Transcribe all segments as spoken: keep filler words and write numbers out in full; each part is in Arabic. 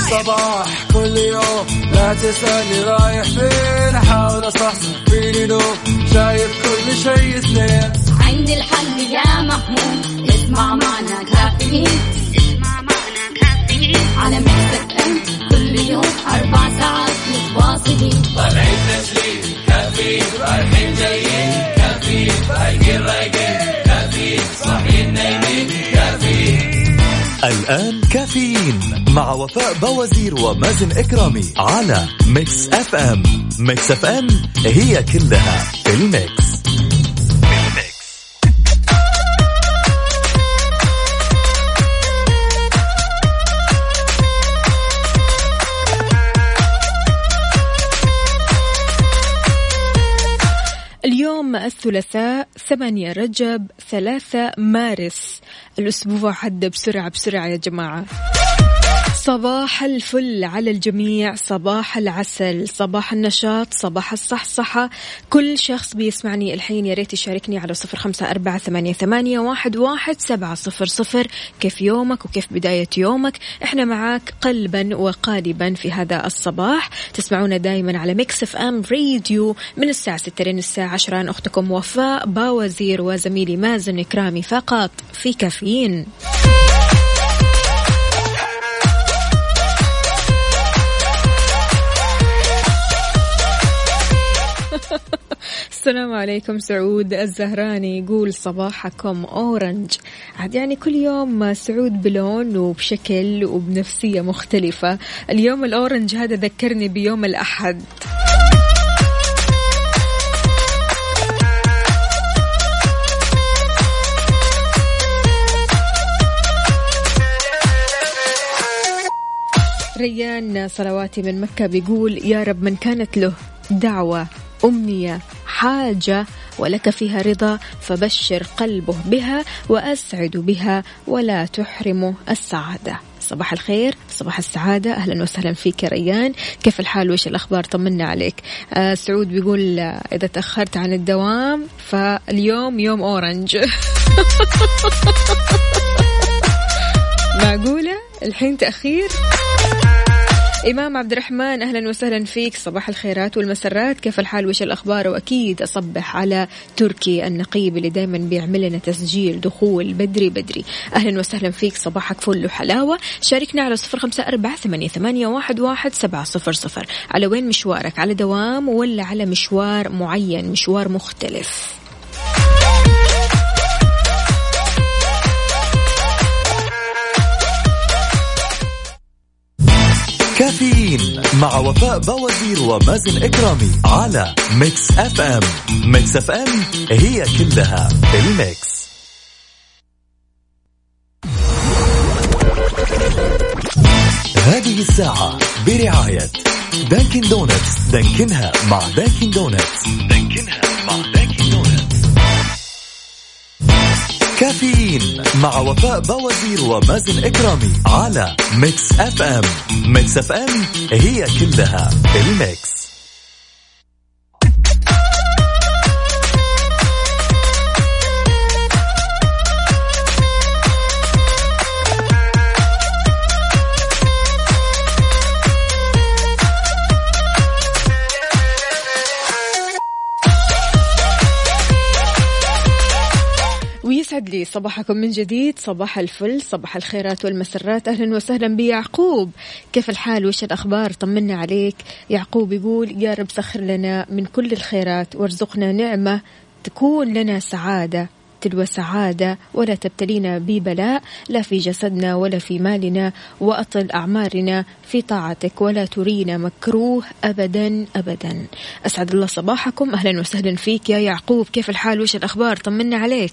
صباح كل يوم لا تسألني رايح فين أحاول أصحصح فيني لو شايف كل شيء سنين عندي الحل يا محمود اسمع معنا كافيين اسمع معنا كافيين على ميكس اف ام كل يوم أربع ساعات متواصلين طالعين تسليم كافيين رايحين جايين كافيين رايقين رايقين كافيين صاحيين نايمين كافيين. الآن كافيين مع وفاء بوازير ومازن إكرامي على ميكس اف ام. ميكس اف ام هي كلها في الميكس. اليوم الثلاثاء ثمانية رجب ثلاثة مارس. الأسبوع عدى بسرعة بسرعة يا جماعة. صباح الفل على الجميع، صباح العسل، صباح النشاط، صباح الصحصحة. كل شخص بيسمعني الحين يا ريت يشاركني على صفر خمسة أربعة ثمانية ثمانية واحد واحد سبعة صفر صفر. كيف يومك وكيف بداية يومك؟ احنا معاك قلبا وقالبا في هذا الصباح. تسمعونا دايما على ميكس اف ام راديو من الساعة ستة لين الساعة عشرة. أنا أختكم وفاء باوزير وزميلي مازن إكرامي فقط في كافيين. السلام عليكم. سعود الزهراني يقول صباحكم أورنج. عاد يعني كل يوم سعود بلون وبشكل وبنفسية مختلفة. اليوم الأورنج هذا ذكرني بيوم الأحد. ريان صلواتي من مكة بيقول يا رب من كانت له دعوة أمنية حاجة ولك فيها رضا فبشر قلبه بها وأسعد بها ولا تحرمه السعادة. صباح الخير، صباح السعادة، أهلا وسهلا فيك يا ريان. كيف الحال وإيش الأخبار؟ طمنا عليك. آه سعود بيقول آه إذا تأخرت عن الدوام فاليوم يوم أورنج. معقولة الحين تأخير؟ إمام عبد الرحمن أهلا وسهلا فيك. صباح الخيرات والمسرات، كيف الحال وإيش الأخبار؟ وأكيد أصبح على تركي النقيب اللي دايما بيعمل لنا تسجيل دخول بدري بدري. أهلا وسهلا فيك، صباحك فل وحلاوة. شاركنا على صفر خمسة أربعة ثمانية ثمانية واحد واحد سبعة صفر صفر. على وين مشوارك؟ على دوام ولا على مشوار معين، مشوار مختلف؟ كافيين مع وفاء بوازير ومازن إكرامي على ميكس اف ام. ميكس اف ام هي كلها الميكس. هذه الساعة برعاية دانكن دونتس. دانكنها مع دانكن دونتس. دانكنها مع دانكن دونتس. كافيين مع وفاء بوازير ومازن إكرامي على ميكس اف ام. ميكس اف ام هي كلها الميكس. يسعد لي صباحكم من جديد، صباح الفل، صباح الخيرات والمسرات. أهلا وسهلا بيعقوب. كيف الحال وإيش الأخبار؟ طمنا عليك. يعقوب يقول يا رب سخر لنا من كل الخيرات وارزقنا نعمة تكون لنا سعادة تلو سعادة ولا تبتلينا ببلاء لا في جسدنا ولا في مالنا وأطل أعمارنا في طاعتك ولا ترينا مكروه أبدا أبدا. أسعد الله صباحكم. أهلا وسهلا فيك يا يعقوب. كيف الحال وإيش الأخبار؟ طمنا عليك.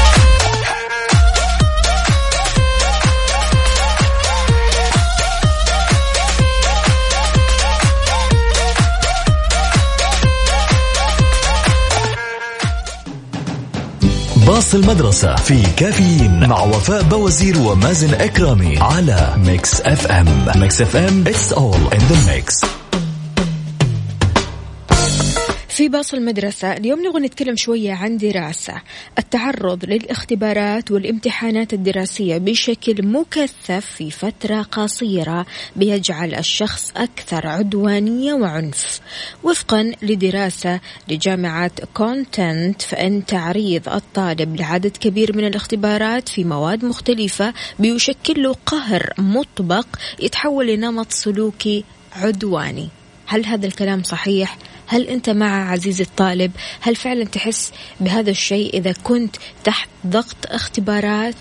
باص المدرسة في كافيين مع وفاء بوازير ومازن إكرامي على ميكس اف ام. ميكس اف ام it's all in the mix. في باص المدرسة اليوم نبغى نتكلم شوية عن دراسة. التعرض للاختبارات والامتحانات الدراسية بشكل مكثف في فترة قصيرة بيجعل الشخص أكثر عدوانية وعنف. وفقا لدراسة لجامعة كونتنت، فإن تعريض الطالب لعدد كبير من الاختبارات في مواد مختلفة بيشكل له قهر مطبق يتحول لنمط سلوكي عدواني. هل هذا الكلام صحيح؟ هل أنت مع عزيزي الطالب؟ هل فعلا تحس بهذا الشيء إذا كنت تحت ضغط اختبارات؟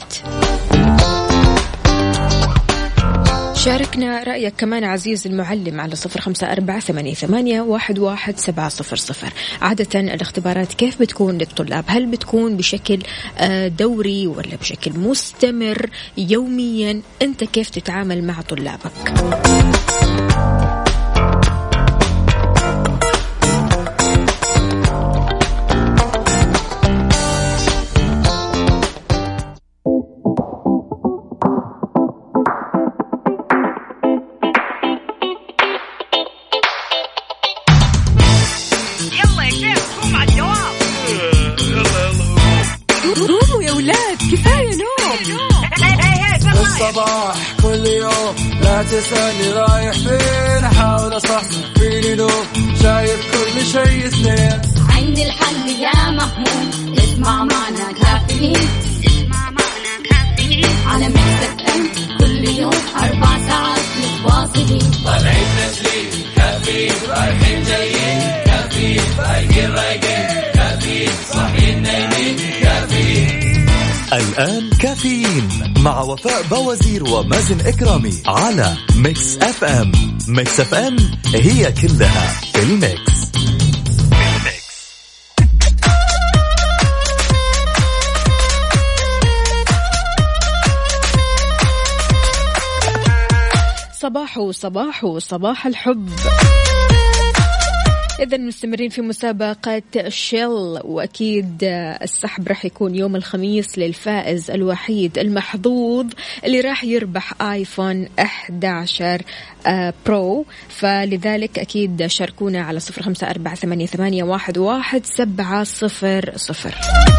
شاركنا رأيك كمان عزيز المعلم على صفر خمسة أربعة ثمانية ثمانية واحد واحد سبعة صفر صفر. عادة الاختبارات كيف بتكون للطلاب؟ هل بتكون بشكل دوري ولا بشكل مستمر يوميا؟ أنت كيف تتعامل مع طلابك؟ الصباح كل يوم لا تسألني رايح فين، أحاول أصحصح فيني لو شايف كل شيء سنين. عندي الحل يا محمود، اسمع معنا كافيين، اسمع معنا كافيين على ميكس اف ام كل يوم أربع ساعات متواصلين. طالعين تسليم كافيين، رايحين جايين كافيين، فايقين رايقين كافيين، صاحيين نايمين كافيين. الآن كافيين مع وفاء بوازير ومازن إكرامي على ميكس اف ام. ميكس اف ام هي كلها في الميكس. صباح صباح صباح الحب. إذا مستمرين في مسابقة شيل، وأكيد السحب راح يكون يوم الخميس للفائز الوحيد المحظوظ اللي راح يربح آيفون أحد عشر برو. فلذلك أكيد شاركونا على صفر خمسة أربعة ثمانية ثمانية واحد واحد سبعة صفر صفر.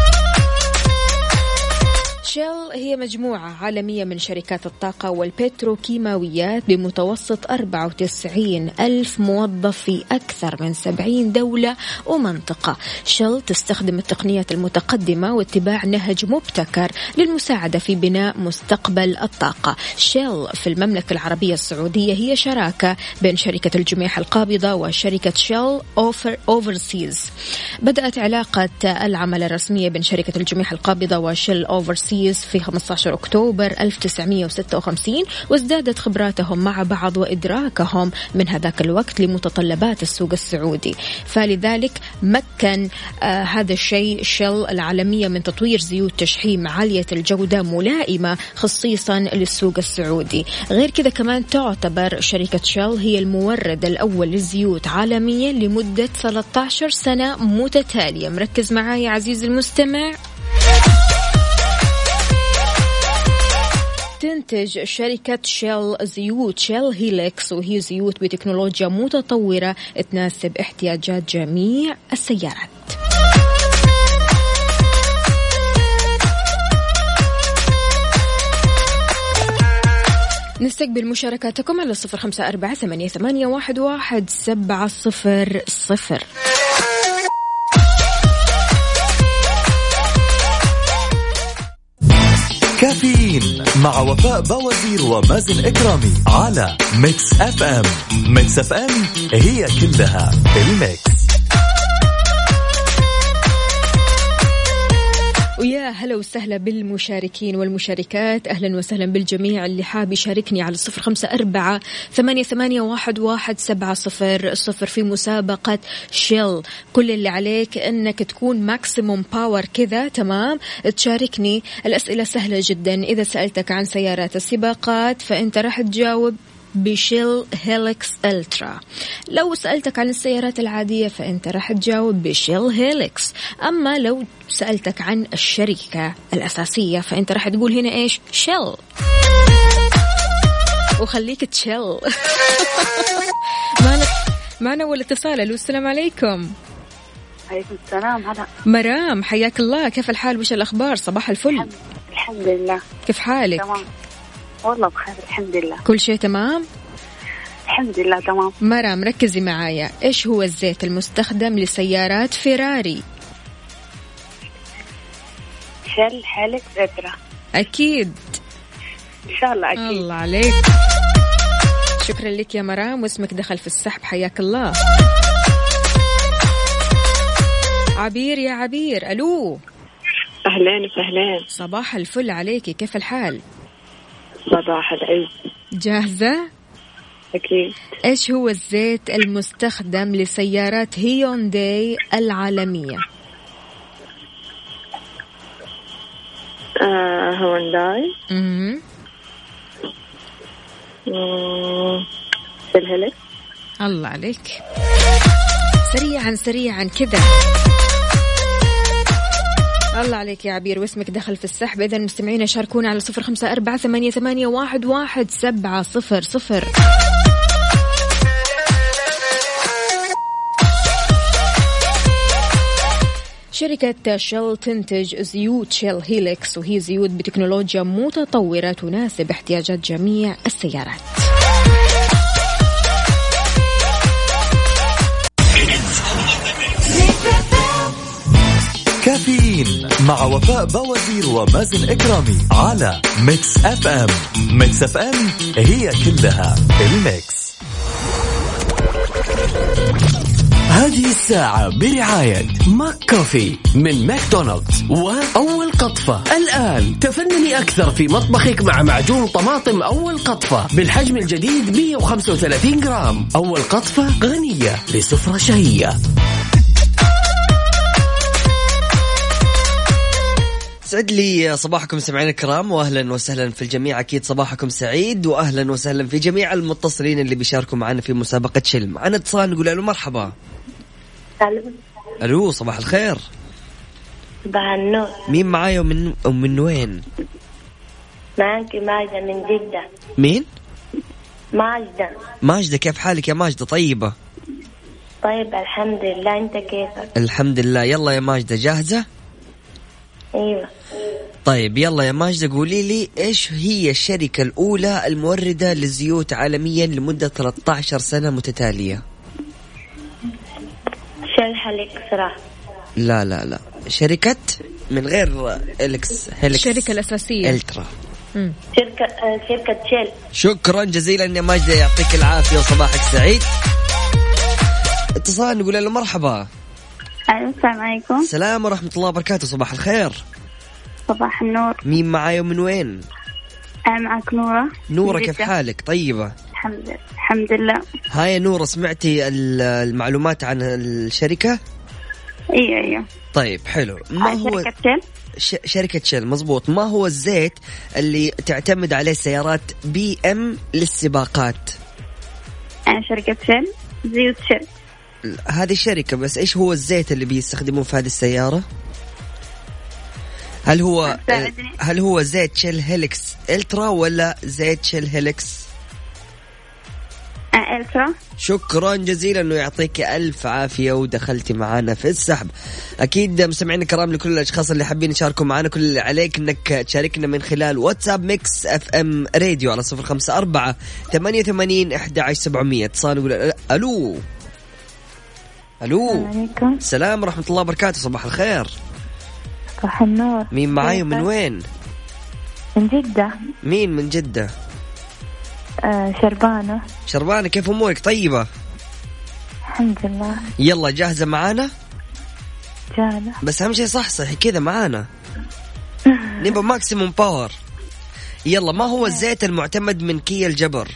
شيل هي مجموعة عالمية من شركات الطاقة والبتروكيماويات بمتوسط أربعة وتسعين ألف موظف في أكثر من سبعين دولة ومنطقة. شيل تستخدم التقنيات المتقدمة واتباع نهج مبتكر للمساعدة في بناء مستقبل الطاقة. شيل في المملكة العربية السعودية هي شراكة بين شركة الجميح القابضة وشركة شيل أوفر أوفرسيز. بدأت علاقة العمل الرسمية بين شركة الجميح القابضة وشيل أوفرسيز في خمسة عشر أكتوبر ألف وتسعمائة وستة وخمسين، وازدادت خبراتهم مع بعض وإدراكهم من هذاك الوقت لمتطلبات السوق السعودي. فلذلك مكن آه هذا الشيء شيل العالمية من تطوير زيوت تشحيم عالية الجودة ملائمة خصيصا للسوق السعودي. غير كذا كمان تعتبر شركة شيل هي المورد الأول للزيوت عالميا لمدة ثلاثة عشر سنة متتالية. مركز معايا عزيزي المستمع؟ تنتج شركة شيل زيوت شيل هيليكس، وهي زيوت بتكنولوجيا متطورة تناسب احتياجات جميع السيارات. نستقبل مشاركاتكم على صفر خمسة أربعة ثمانية ثمانية واحد واحد سبعة صفر صفر. كافيين مع وفاء بوازير ومازن إكرامي على ميكس اف ام. ميكس اف ام هي كلها الميكس. ويا هلا وسهلا بالمشاركين والمشاركات، أهلا وسهلا بالجميع اللي حاب يشاركني على صفر خمسة أربعة ثمانية ثمانية واحد واحد سبعة صفر صفر في مسابقة شيل. كل اللي عليك أنك تكون ماكسيموم باور كذا، تمام؟ تشاركني. الأسئلة سهلة جدا. إذا سألتك عن سيارات السباقات فأنت راح تجاوب بشيل هيليكس ألترا. لو سألتك عن السيارات العادية فأنت راح تجاوب بشيل هيليكس. أما لو سألتك عن الشركة الأساسية فأنت راح تقول هنا إيش؟ شيل. وخليك تشيل. معنا معنا ولا اتصال. السلام عليكم. عليكم السلام. هلا مرام، حياك الله، كيف الحال وش الأخبار؟ صباح الفل. الحمد لله. كيف حالك؟ تمام والله بخير الحمد لله. كل شيء تمام؟ الحمد لله تمام. مرام ركزي معايا، إيش هو الزيت المستخدم لسيارات فيراري؟ شل هيلكس إلترا. أكيد إن شاء الله أكيد. الله عليك، شكرا لك يا مرام، واسمك دخل في السحب، حياك الله. عبير، يا عبير، ألو. أهلين وسهلين. صباح الفل عليكي، كيف الحال؟ صباح العز. جاهزة؟ أكيد. إيش هو الزيت المستخدم لسيارات هيونداي العالمية؟ آه هونداي. امم سلهلك. الله عليك، سريعا سريعا كذا. الله عليك يا عبير، واسمك دخل في السحب. إذا المستمعين يشاركون على صفر خمسة أربعة ثمانية ثمانية واحد واحد سبعة صفر صفر. شركة شيل تنتج زيوت شيل هيليكس، وهي زيوت بتكنولوجيا متطورة تناسب احتياجات جميع السيارات. كافيين مع وفاء بوازير ومازن إكرامي على ميكس اف ام. ميكس اف ام هي كلها الميكس. هذه الساعة برعاية ماك كوفي من ماكدونالدز وأول قطفة. الآن تفنني أكثر في مطبخك مع معجون طماطم أول قطفة بالحجم الجديد مية وخمسة وثلاثين جرام. أول قطفة غنية لسفرة شهية. سعد لي صباحكم سمعين الكرام، وأهلا وسهلا في الجميع. أكيد صباحكم سعيد، وأهلا وسهلا في جميع المتصلين اللي بيشاركوا معنا في مسابقة شل. معنا اتصال نقول له مرحبا. ألو، صباح الخير. صباح النور. مين معايا ومن ومن وين؟ معك ماجدة من جدة. مين؟ ماجدة. ماجدة، كيف حالك يا ماجدة؟ طيبة؟ طيب الحمد لله، أنت كيفك؟ الحمد لله. يلا يا ماجدة، جاهزة؟ ايوه. طيب يلا يا ماجدة، قولي لي ايش هي الشركة الأولى الموردة للزيوت عالميا لمدة ثلاثة عشر سنة متتالية؟ شل هيلكس. لا لا لا، شركة من غير إلكس هيلكس. الشركة الأساسية إلترا. مم. شركة آه شركة شل. شكرا جزيلا يا ماجدة، يعطيك العافية وصباحك سعيد. اتصال نقول له مرحبا. السلام عليكم. السلام ورحمة الله وبركاته. صباح الخير. صباح النور. مين معايا ومن وين؟ أنا معك نورة. نورة، كيف حالك؟ طيبة؟ الحمد لله. الحمد لله. هاي نورة، سمعتي المعلومات عن الشركة؟ ايوه ايوه. طيب حلو. ما هو شركة شل؟ ش... شركة شل، مزبوط. ما هو الزيت اللي تعتمد عليه سيارات بي ام للسباقات؟ أنا شركة شل، زيوت شل. هذه الشركة، بس إيش هو الزيت اللي بيستخدموه في هذه السيارة؟ هل هو هل هو زيت شيل هيلكس إلترا ولا زيت شيل هيلكس إلترا؟ شكرا جزيلا، انه يعطيك الف عافيه ودخلتي معنا في السحب. اكيد مستمعين الكرام، لكل الاشخاص اللي حابين يشاركوا معنا، كل اللي عليك انك تشاركنا من خلال واتساب ميكس اف ام راديو على صفر خمسة أربعة ثمانية ثمانين أحد عشر سبعمية. اتصال نقول الو. الو. السلام ورحمه الله وبركاته. صباح الخير. صباح النور. مين معاي ومن وين؟ من جدة. مين من جدة؟ آه شربانة. شربانة، كيف أمورك؟ طيبة؟ الحمد لله. يلا جاهزة معانا؟ جاهزة، بس أهم شيء صح صحي كذا معانا. نبغى ماكسيموم باور. يلا، ما هو الزيت المعتمد من كيا الجبر؟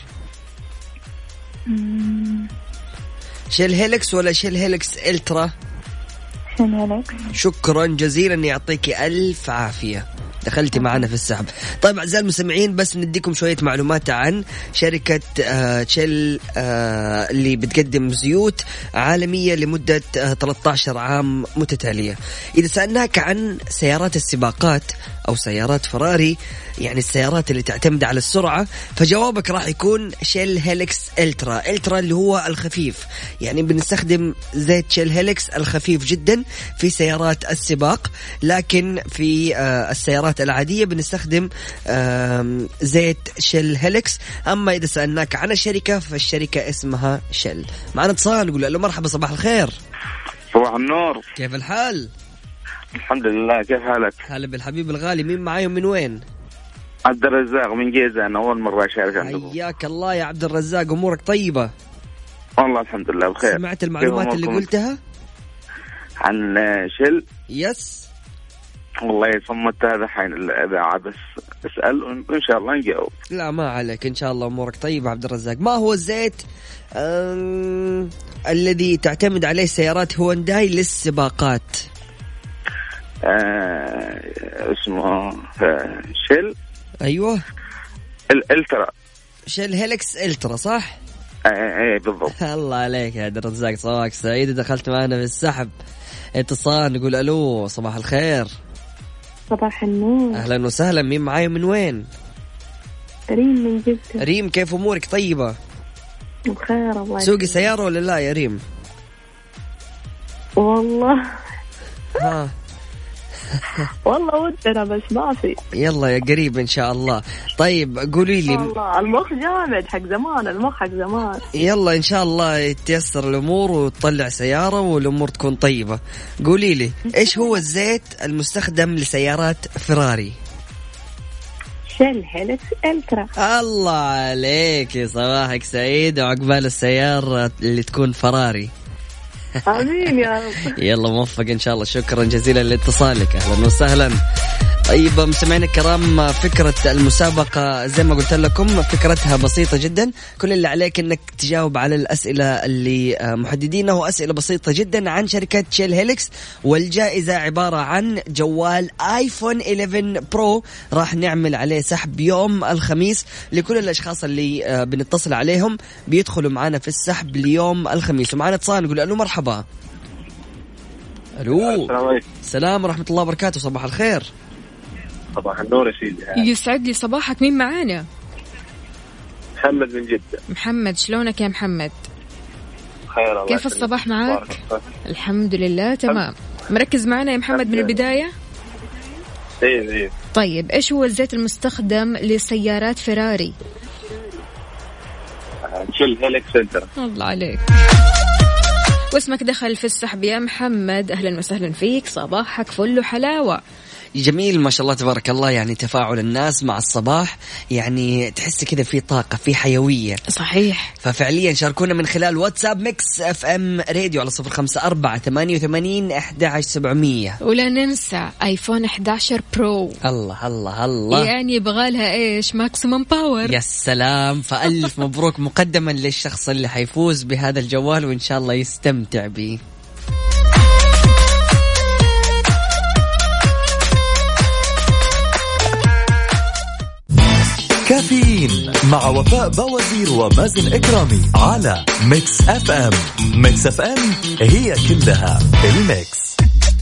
شيل هيلكس ولا شيل هيلكس إلترا؟ شيل هيلكس. شكرا جزيلا، يعطيك ألف عافية، دخلتي معنا في السحب. طيب أعزائي المستمعين، بس نديكم شوية معلومات عن شركة آه شيل آه اللي بتقدم زيوت عالمية لمدة آه ثلاثة عشر عام متتالية. إذا سألناك عن سيارات السباقات، أو سيارات فراري، يعني السيارات اللي تعتمد على السرعة، فجوابك راح يكون شيل هيلكس إلترا. إلترا اللي هو الخفيف، يعني بنستخدم زيت شيل هيلكس الخفيف جدا في سيارات السباق، لكن في آه السيارات العادية بنستخدم آه زيت شيل هيلكس. أما إذا سألناك عن الشركة فالشركة اسمها شيل. معنا اتصال، نقول له مرحبا، صباح الخير. صباح النور، كيف الحال؟ الحمد لله، كيف حالك؟ هلا بالحبيب الغالي، مين معاي ومن وين؟ عبد الرزاق من جيزة، أنا أول مرة أشارك عندكم. حياك الله يا عبد الرزاق، أمورك طيبة؟ والله الحمد لله بخير. سمعت المعلومات اللي قلتها؟ عن شل؟ يس والله صمت هذا حين الإذاعة، بس اسأل وإن شاء الله نجاوب. لا ما عليك، إن شاء الله أمورك طيبة. عبد الرزاق، ما هو الزيت آه... الذي تعتمد عليه سيارات هونداي للسباقات؟ آه... اسمه آه... شل. أيوة الالترا، شيل هيلكس إلترا، صح؟ ايه بالضبط. الله عليك يا عبد الرزاق، صباحك سعيد. دخلت معنا في السحب. اتصال، نقول ألو، صباح الخير. صباح النور، أهلا وسهلا، مين معاي من وين؟ ريم من جدة. ريم، كيف أمورك؟ طيبة بخير الله. سوقي سيارة ولا لا يا ريم؟ والله ها والله ودنا بس ما في. يلا يا قريب إن شاء الله. طيب قولي لي. والله المخ جامد حق زمان، المخ حق زمان. يلا إن شاء الله يتيسر الأمور وتطلع سيارة والأمور تكون طيبة. قولي لي إيش هو الزيت المستخدم لسيارات فراري؟ شيل هيلكس إلترا. الله عليك، صباحك سعيد وعقبال السيارة اللي تكون فراري. آمين يا رب. يلا موفق إن شاء الله. شكرا جزيلا لاتصالك، أهلا وسهلا. طيب مستمعينا الكرام، فكرة المسابقة زي ما قلت لكم فكرتها بسيطة جدا. كل اللي عليك انك تجاوب على الأسئلة اللي محددينها، وأسئلة بسيطة جدا عن شركة شيل هيلكس، والجائزة عبارة عن جوال آيفون إحدى عشر برو راح نعمل عليه سحب يوم الخميس لكل الأشخاص اللي بنتصل عليهم بيدخلوا معنا في السحب ليوم الخميس. ومعنا اتصال، نقول ألو مرحبا. ألو، السلام عليكم. السلام ورحمة الله وبركاته، صباح الخير. صباح النور يا سيدي. يسعد لي صباحك، مين معانا؟ محمد من جدة. محمد، شلونك يا محمد؟ خير الله. كيف الصباح معاك؟ الحمد لله تمام. مركز معنا يا محمد من البداية؟ ايه ايه. طيب ايش هو الزيت المستخدم لسيارات فيراري؟ شيل هيلكس إلترا. الله عليك، واسمك دخل في السحب يا محمد، أهلا وسهلا فيك، صباحك فل وحلاوة. جميل ما شاء الله تبارك الله، يعني تفاعل الناس مع الصباح، يعني تحس كذا في طاقة، في حيوية. صحيح. ففعليا شاركونا من خلال واتساب ميكس اف ام راديو على صفر خمسة أربعة ثمانية وثمانين أحد عشر سبعمية. ولا ننسى ايفون إحدى عشر برو. الله الله الله، يعني يبغالها ايش؟ ماكسيمم باور. يا سلام. فألف مبروك مقدما للشخص اللي حيفوز بهذا الجوال، وإن شاء الله يستمتع به. كافيين مع وفاء بوازير ومازن إكرامي على ميكس اف ام. ميكس اف ام هي كلها الميكس.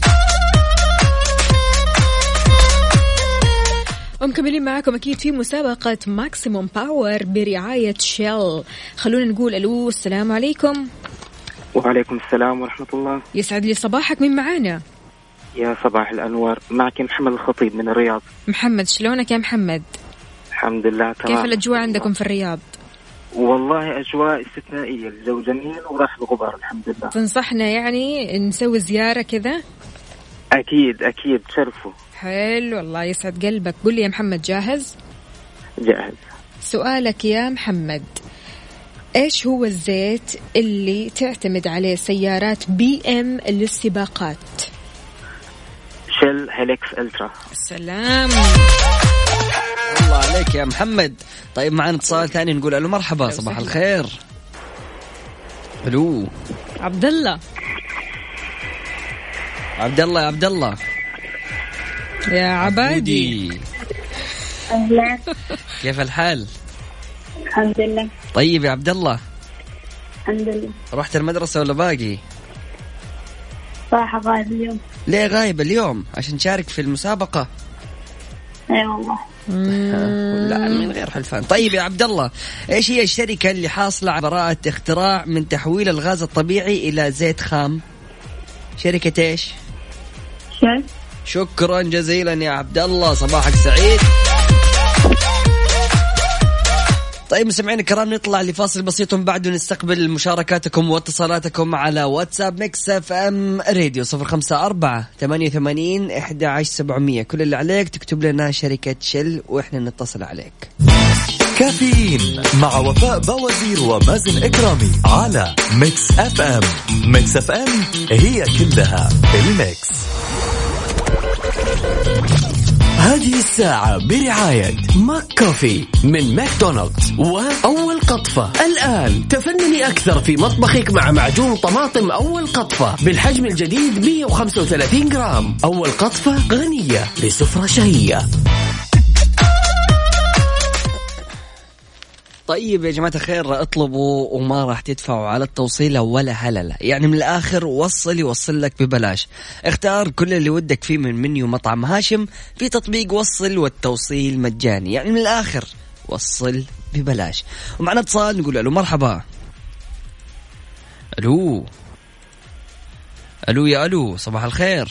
ومكملين معاكم أكيد في مسابقة ماكسيموم باور برعاية شيل. خلونا نقول ألو، السلام عليكم. وعليكم السلام ورحمة الله. يسعد لي صباحك، مين معانا؟ يا صباح الأنوار، معك محمد الخطيب من الرياض. محمد، شلونك يا محمد؟ الحمد لله تمام. كيف الأجواء عندكم في الرياض؟ والله أجواء استثنائية، الجو جميل وراح الغبار الحمد لله. تنصحنا يعني نسوي زيارة كذا؟ أكيد أكيد، تشرفوا. حلو، الله يسعد قلبك. قل لي يا محمد، جاهز؟ جاهز. سؤالك يا محمد، إيش هو الزيت اللي تعتمد عليه سيارات بي إم للسباقات؟ شيل هيلكس إلترا. السلام، الله عليك يا محمد. طيب معنا اتصال ثاني، نقول ألو مرحبا، صباح الخير. ألو عبد الله. عبد الله يا عبد الله. يا عبادي. أهلا. كيف الحال؟ الحمد لله. طيب يا عبد الله. الحمد لله. رحت المدرسة ولا باقي؟ صراحة غايب اليوم. ليه غايب اليوم؟ عشان تشارك في المسابقة؟ اي والله. لا من غير حلفان. طيب يا عبد الله، ايش هي الشركة اللي حاصلة على براءة اختراع من تحويل الغاز الطبيعي إلى زيت خام؟ شركة ايش؟ شل. شكرا جزيلا يا عبد الله، صباحك سعيد. طيب مستمعينا الكرام، نطلع لفاصل بسيط بعده نستقبل مشاركاتكم واتصالاتكم على واتساب ميكس اف ام راديو صفر خمسة أربعة ثمانية ثمانين أحد عشر سبعمية. كل اللي عليك تكتب لنا شركة شل وإحنا نتصل عليك. كافيين مع وفاء بوازير ومازن إكرامي على ميكس اف ام. ميكس اف ام هي كلها الميكس. هذه الساعة برعاية ماك كوفي من ماكدونالدز وأول قطفة. الآن تفنني أكثر في مطبخك مع معجون طماطم أول قطفة بالحجم الجديد مية وخمسة وثلاثين جرام. أول قطفة غنية لسفرة شهية. طيب يا جماعة الخير، اطلبوا وما راح تدفعوا على التوصيلة ولا هللة. يعني من الآخر وصل يوصل لك ببلاش. اختار كل اللي ودك فيه من منيو مطعم هاشم في تطبيق وصل والتوصيل مجاني. يعني من الآخر وصل ببلاش. ومعنا اتصال نقول له مرحبا. ألو ألو يا ألو، صباح الخير.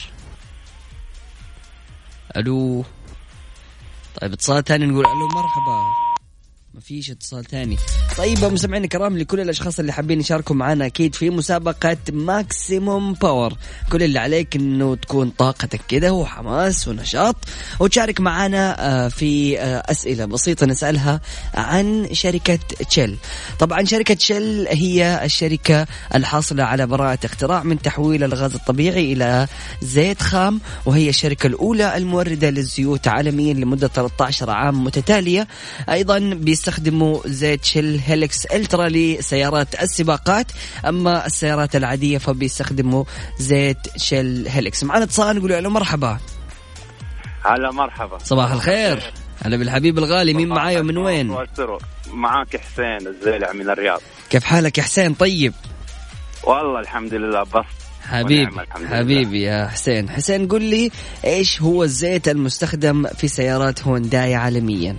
ألو. طيب اتصال تاني نقول ألو مرحبا. ما فيش اتصال تاني. طيب مستمعينا الكرام، لكل الاشخاص اللي حابين يشاركوا معنا اكيد في مسابقة ماكسيموم باور، كل اللي عليك انه تكون طاقتك كده وحماس ونشاط وتشارك معنا في اسئلة بسيطة نسألها عن شركة شل. طبعا شركة شل هي الشركة الحاصلة على براءة اختراع من تحويل الغاز الطبيعي الى زيت خام، وهي الشركة الاولى الموردة للزيوت عالميا لمدة ثلاثة عشر عام متتالية. ايضا بيستخدموا زيت شل هيلكس الترا لسيارات السباقات، اما السيارات العاديه فبيستخدموا زيت شل هيلكس. معنا اتصال نقول له مرحبا. هلا مرحبا. صباح الخير. هلا بالحبيب الغالي، مين معايا ومن وين؟ معاك حسين الزيلع من الرياض. كيف حالك يا حسين؟ طيب والله الحمد لله. بس حبيبي حبيبي يا حسين. حسين قل لي ايش هو الزيت المستخدم في سيارات هونداي عالميا؟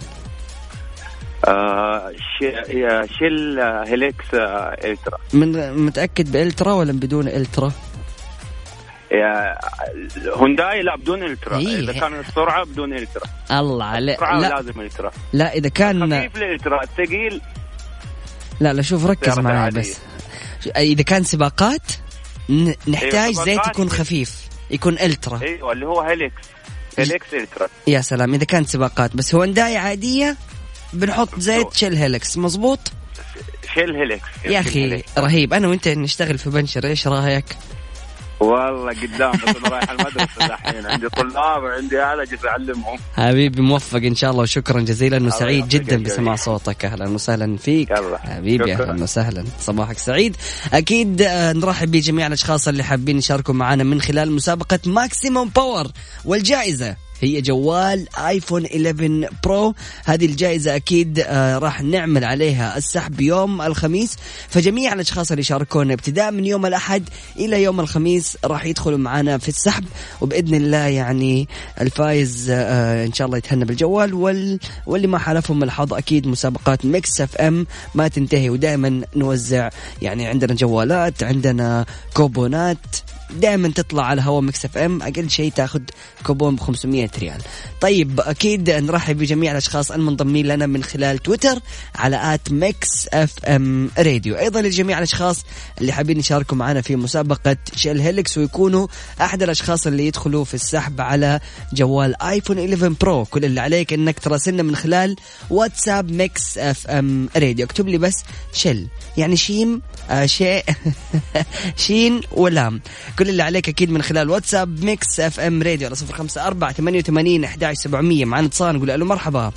آه شل هيلكس الترا. من متأكد بإلترا ولا بدون إلترا؟ يا هونداي لا بدون إلترا. إيه؟ إذا كان السرعة بدون إلترا. الله عليك. لا لازم إلترا. لا إذا كان خفيف الإلترا، الثقيل لا لا. شوف ركز معي بس. إذا كان سباقات نحتاج إيه زيت يكون خفيف، يكون إلترا. أيوة اللي هو هيلكس هيلكس إلترا. يا سلام. إذا كانت سباقات بس هونداي عادية بنحط زيت شل هيلكس. مظبوط. شل هيلكس يا أخي رهيب. أنا وأنت نشتغل في بنشر، إيش رأيك؟ والله قدام، بس أنا رايح المدرسة الحين، عندي طلاب وعندي أهل أجلس أعلمهم. حبيبي موفق إن شاء الله، وشكرا جزيلا وسعيد جدا بسماع صوتك. أهلا وسهلا فيك حبيبي. أهلا وسهلا، صباحك سعيد. أكيد نرحب بجميع الأشخاص اللي حابين يشاركوا معنا من خلال مسابقة ماكسيموم باور، والجائزة هي جوال آيفون إحدى عشر برو. هذه الجائزة أكيد آه راح نعمل عليها السحب يوم الخميس، فجميع الأشخاص اللي شاركونا ابتداء من يوم الأحد إلى يوم الخميس راح يدخلوا معنا في السحب، وبإذن الله يعني الفائز آه إن شاء الله يتهنى بالجوال، وال... واللي ما حالفهم الحظ أكيد مسابقات ميكس اف ام ما تنتهي، ودائما نوزع يعني عندنا جوالات، عندنا كوبونات دائما تطلع على هوا ميكس اف ام. اقل شيء تاخذ كوبون ب خمسمية ريال. طيب اكيد نرحب بجميع الاشخاص المنضمين لنا من خلال تويتر على آت ميكس اف ام راديو. ايضا لجميع الاشخاص اللي حابين يشاركوا معنا في مسابقه شل هيلكس ويكونوا احد الاشخاص اللي يدخلوا في السحب على جوال ايفون إحدى عشر برو، كل اللي عليك انك تراسلنا من خلال واتساب ميكس اف ام راديو. اكتب لي بس شل يعني شيم آه شيء شين ولام. كل اللي عليك أكيد من خلال واتساب ميكس اف ام راديو على صفر خمسة أربعة ثمانية وثمانين أحد عشر سبعمية. معنا اتصال نقول ألو مرحبا.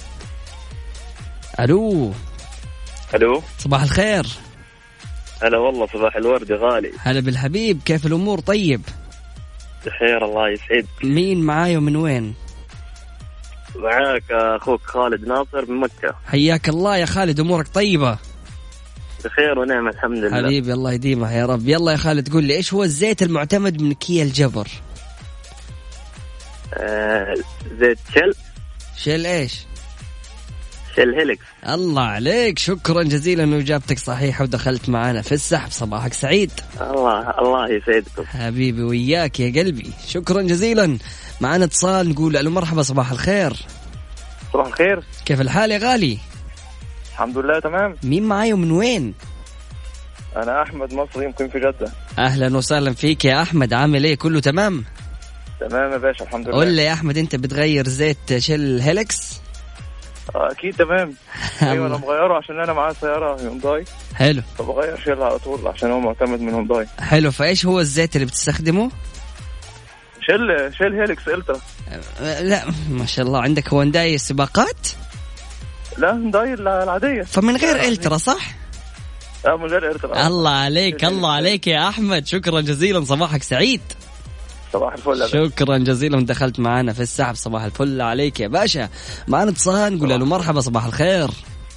ألو ألو صباح الخير. هلا والله صباح الورد غالي. هلا بالحبيب، كيف الأمور؟ طيب بخير الله يسعدك. مين معاي ومن وين؟ معاك أخوك خالد ناصر من مكة. حياك الله يا خالد، أمورك طيبة؟ بخير ونعم الحمد لله حبيبي، الله يديمها يا رب. يلا يا خالد قول لي ايش هو الزيت المعتمد من كيا الجبر؟ آه زيت شل. شيل إيش؟ شيل هيلكس. الله عليك، شكرا جزيلا انه اجابتك صحيحه ودخلت معنا في السحب. صباحك سعيد. الله الله يسعدكم حبيبي وياك يا قلبي، شكرا جزيلا. معنا اتصال، نقول الو مرحبا، صباح الخير. صباح الخير، كيف الحال يا غالي؟ الحمد لله تمام. مين معاي ومن وين؟ انا احمد مصري، يمكن في جده. اهلا وسهلا فيك يا احمد، عامل ايه؟ كله تمام؟ تمام يا باشا الحمد لله. قول لي يا احمد، انت بتغير زيت شيل هيلكس؟ اكيد تمام. ايوه انا مغيره عشان انا معاه سياره هيونداي. حلو. فبغير شيل على طول عشان هو معتمد من هيونداي. حلو. فايش هو الزيت اللي بتستخدمه؟ شيل شيل هيلكس الترا. لا ما شاء الله، عندك هونداي سباقات؟ لا هونداي العاديه. فمن غير الترا صح؟ لا من غير الترا. الله عليك الله عليك يا احمد، شكرا جزيلا. صباحك سعيد. صباح الفل. شكرا جزيلا، دخلت معانا في السحب. صباح الفل عليك يا باشا. معنا اتصال، نقول له مرحبا، صباح الخير.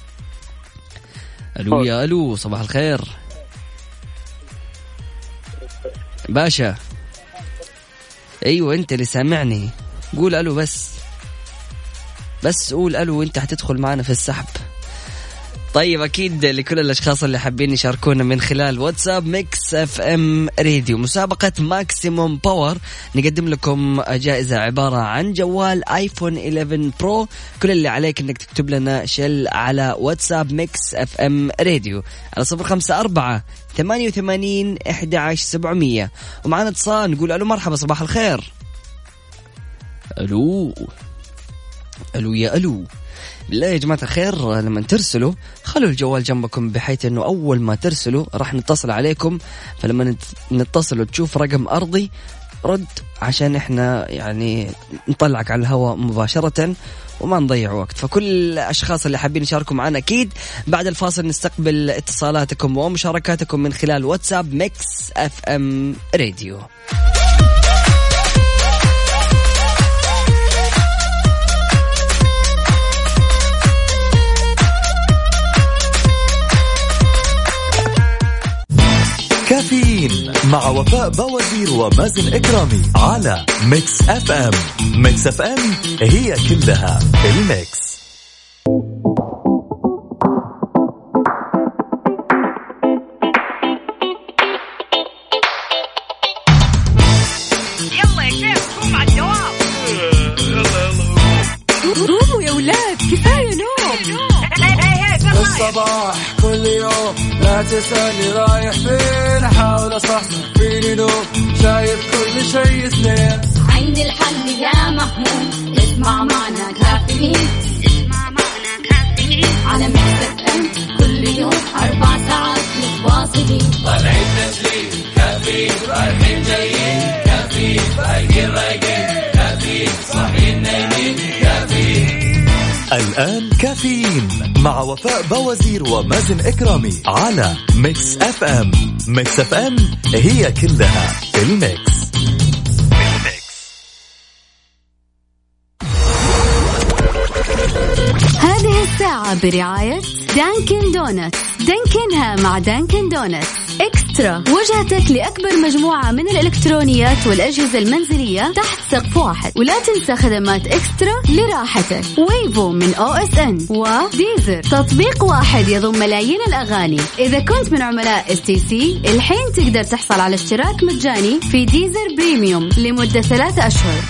الو يا الو، صباح الخير باشا. ايوه انت اللي سامعني، قول الو بس بس قول الو وانت هتدخل معنا في السحب. طيب أكيد لكل الأشخاص اللي حابين يشاركونا من خلال واتساب ميكس اف ام راديو، مسابقة ماكسيموم باور، نقدم لكم جائزة عبارة عن جوال آيفون إحدى عشر برو. كل اللي عليك إنك تكتب لنا شل على واتساب ميكس اف ام راديو على صفر خمسة أربعة ثمانية وثمانين أحد عشر سبعمية. ومعنا اتصال، نقول ألو مرحبا، صباح الخير. ألو ألو يا ألو. بالله يا جماعة الخير لما ترسلوا خلوا الجوال جنبكم، بحيث انه اول ما ترسلوا راح نتصل عليكم، فلما نتصل وتشوف رقم ارضي رد، عشان احنا يعني نطلعك على الهواء مباشرة وما نضيع وقت. فكل الاشخاص اللي حابين يشاركوا معنا اكيد بعد الفاصل نستقبل اتصالاتكم ومشاركاتكم من خلال واتساب ميكس اف ام راديو. كافيين مع وفاء بوازير ومازن إكرامي على ميكس اف ام. ميكس اف ام هي كلها الميكس. يلا يا شيخ قوم على الجواب. قوموا يا ولاد، كفاية نوم. الصباح كل يوم لا تسألني رايح فين، أحاول أصحصح فيني نوم، شايف كل شيء سنين. عندي الحل يا محمود، اسمع معنا كافيين، اسمع معنا كافيين على ميكس اف ام كل يوم أربع ساعات متواصلين. طالعين تسليم كافيين، رايحين جايين كافيين، رايقين رايقين كافيين، صاحيين نايمين كافيين. الآن كافيين مع وفاء بوازير ومازن إكرامي على ميكس اف ام. ميكس اف ام هي كلها الميكس. هذه الساعة برعاية دانكن دونت. دانكنها مع دانكن دونت إكسترا، وجهتك لأكبر مجموعة من الإلكترونيات والأجهزة المنزلية تحت سقف واحد. ولا تنسى خدمات إكسترا لراحتك. ويفو من أو إس إن وديزر، تطبيق واحد يضم ملايين الأغاني. إذا كنت من عملاء إس تي سي الحين تقدر تحصل على اشتراك مجاني في ديزر بريميوم لمدة ثلاثة أشهر.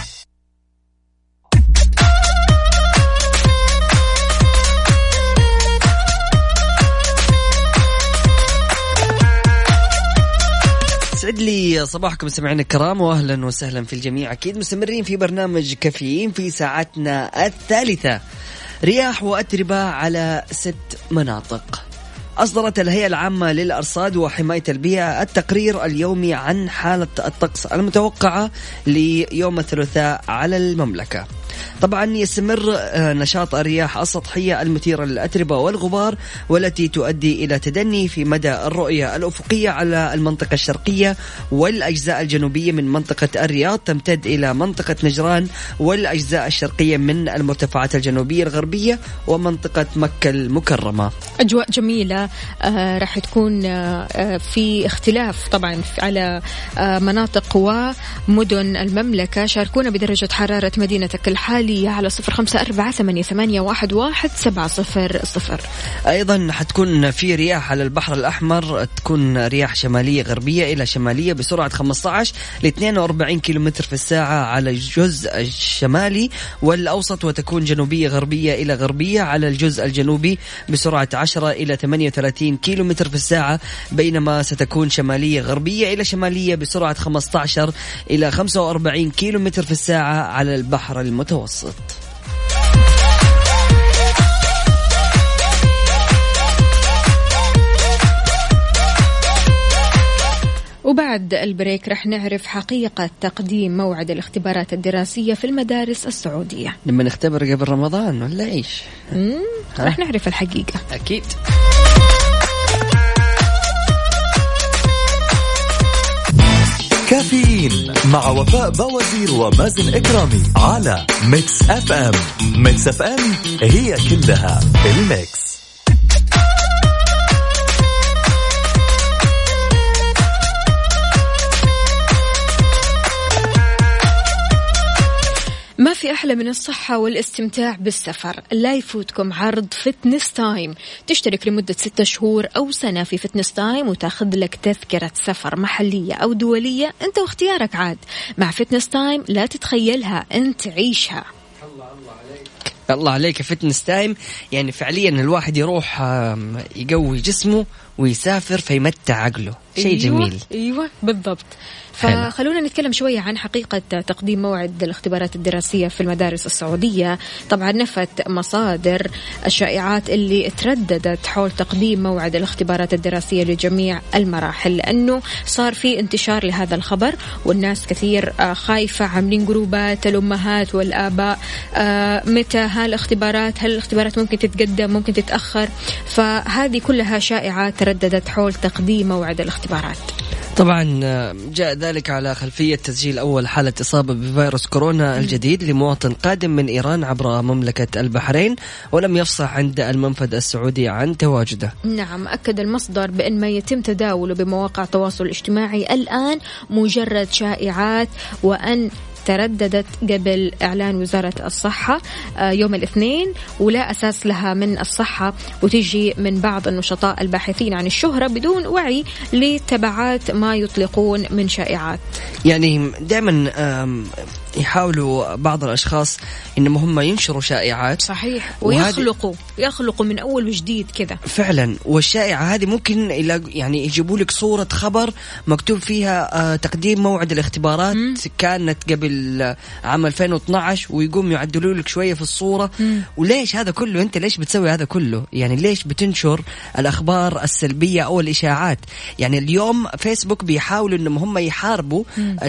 سعد لي صباحكم سمعنا الكرام، واهلا وسهلا في الجميع. اكيد مستمرين في برنامج كافيين في ساعتنا الثالثة. رياح واتربة على ست مناطق. أصدرت الهيئة العامة للأرصاد وحماية البيئة التقرير اليومي عن حالة الطقس المتوقعة ليوم الثلاثاء على المملكة. طبعا يستمر نشاط الرياح السطحية المثيرة للأتربة والغبار، والتي تؤدي إلى تدني في مدى الرؤية الأفقية على المنطقة الشرقية والأجزاء الجنوبية من منطقة الرياض، تمتد إلى منطقة نجران والأجزاء الشرقية من المرتفعات الجنوبية الغربية ومنطقة مكة المكرمة. أجواء جميلة آه راح تكون آه في اختلاف طبعا على آه مناطق ومدن المملكة. شاركونا بدرجة حرارة مدينتك الحالية الحالية على صفر خمسة أربعة ثمانية ثمانية واحد واحد سبعة صفر صفر. أيضا حتكون في رياح على البحر الأحمر، تكون رياح شمالية غربية إلى شمالية بسرعة خمسة عشر ل اثنين وأربعين كيلومتر في الساعة على الجزء الشمالي والأوسط، وتكون جنوبية غربية إلى غربية على الجزء الجنوبي بسرعة عشرة إلى ثمانية وثلاثين كيلومتر في الساعة، بينما ستكون شمالية غربية إلى شمالية بسرعة خمسة عشر إلى خمسة وأربعين كيلومتر في الساعة على البحر المتوسط. وبعد البريك رح نعرف حقيقة تقديم موعد الاختبارات الدراسية في المدارس السعودية. لما نختبر قبل رمضان ولا إيش؟ رح نعرف الحقيقة أكيد. كافيين مع وفاء بوازير ومازن إكرامي على ميكس اف ام. ميكس اف ام هي كلها الميكس. ما في أحلى من الصحة والاستمتاع بالسفر. لا يفوتكم عرض فتنس تايم. تشترك لمدة ستة شهور أو سنة في فتنس تايم وتاخذ لك تذكرة سفر محلية أو دولية، أنت واختيارك عاد. مع فتنس تايم لا تتخيلها، أنت عيشها. الله عليك فتنس تايم، يعني فعليا الواحد يروح يقوي جسمه ويسافر فيمتع عقله، شيء أيوة جميل. أيوة بالضبط. فخلونا نتكلم شوية عن حقيقة تقديم موعد الاختبارات الدراسية في المدارس السعودية. طبعا نفت مصادر الشائعات اللي ترددت حول تقديم موعد الاختبارات الدراسية لجميع المراحل، لأنه صار في انتشار لهذا الخبر والناس كثير خايفة، عاملين جروبات الأمهات والآباء متى هالاختبارات، هل الاختبارات ممكن تتقدم ممكن تتأخر. فهذه كلها شائعات ترددت حول تقديم موعد الاختبارات. طبعا جاء ذلك على خلفية تسجيل أول حالة إصابة بفيروس كورونا الجديد لمواطن قادم من إيران عبر مملكة البحرين، ولم يفصح عند المنفذ السعودي عن تواجده. نعم، أكد المصدر بأن ما يتم تداوله بمواقع التواصل الاجتماعي الآن مجرد شائعات، وأن ترددت قبل إعلان وزارة الصحة يوم الاثنين ولا أساس لها من الصحة، وتجي من بعض النشطاء الباحثين عن الشهرة بدون وعي لتبعات ما يطلقون من شائعات. يعني دائما يحاولوا بعض الأشخاص إنهم هم ينشروا شائعات، صحيح، ويخلقوا يخلقوا من أول وجديد كذا فعلا. والشائعة هذه ممكن يعني يجيبوا لك صورة خبر مكتوب فيها تقديم موعد الاختبارات م. كانت قبل عام ألفين واثني عشر، ويقوم يعدلوا لك شوية في الصورة. م. وليش هذا كله؟ أنت ليش بتسوي هذا كله؟ يعني ليش بتنشر الأخبار السلبية أو الإشاعات؟ يعني اليوم فيسبوك بيحاولوا إنهم هم يحاربوا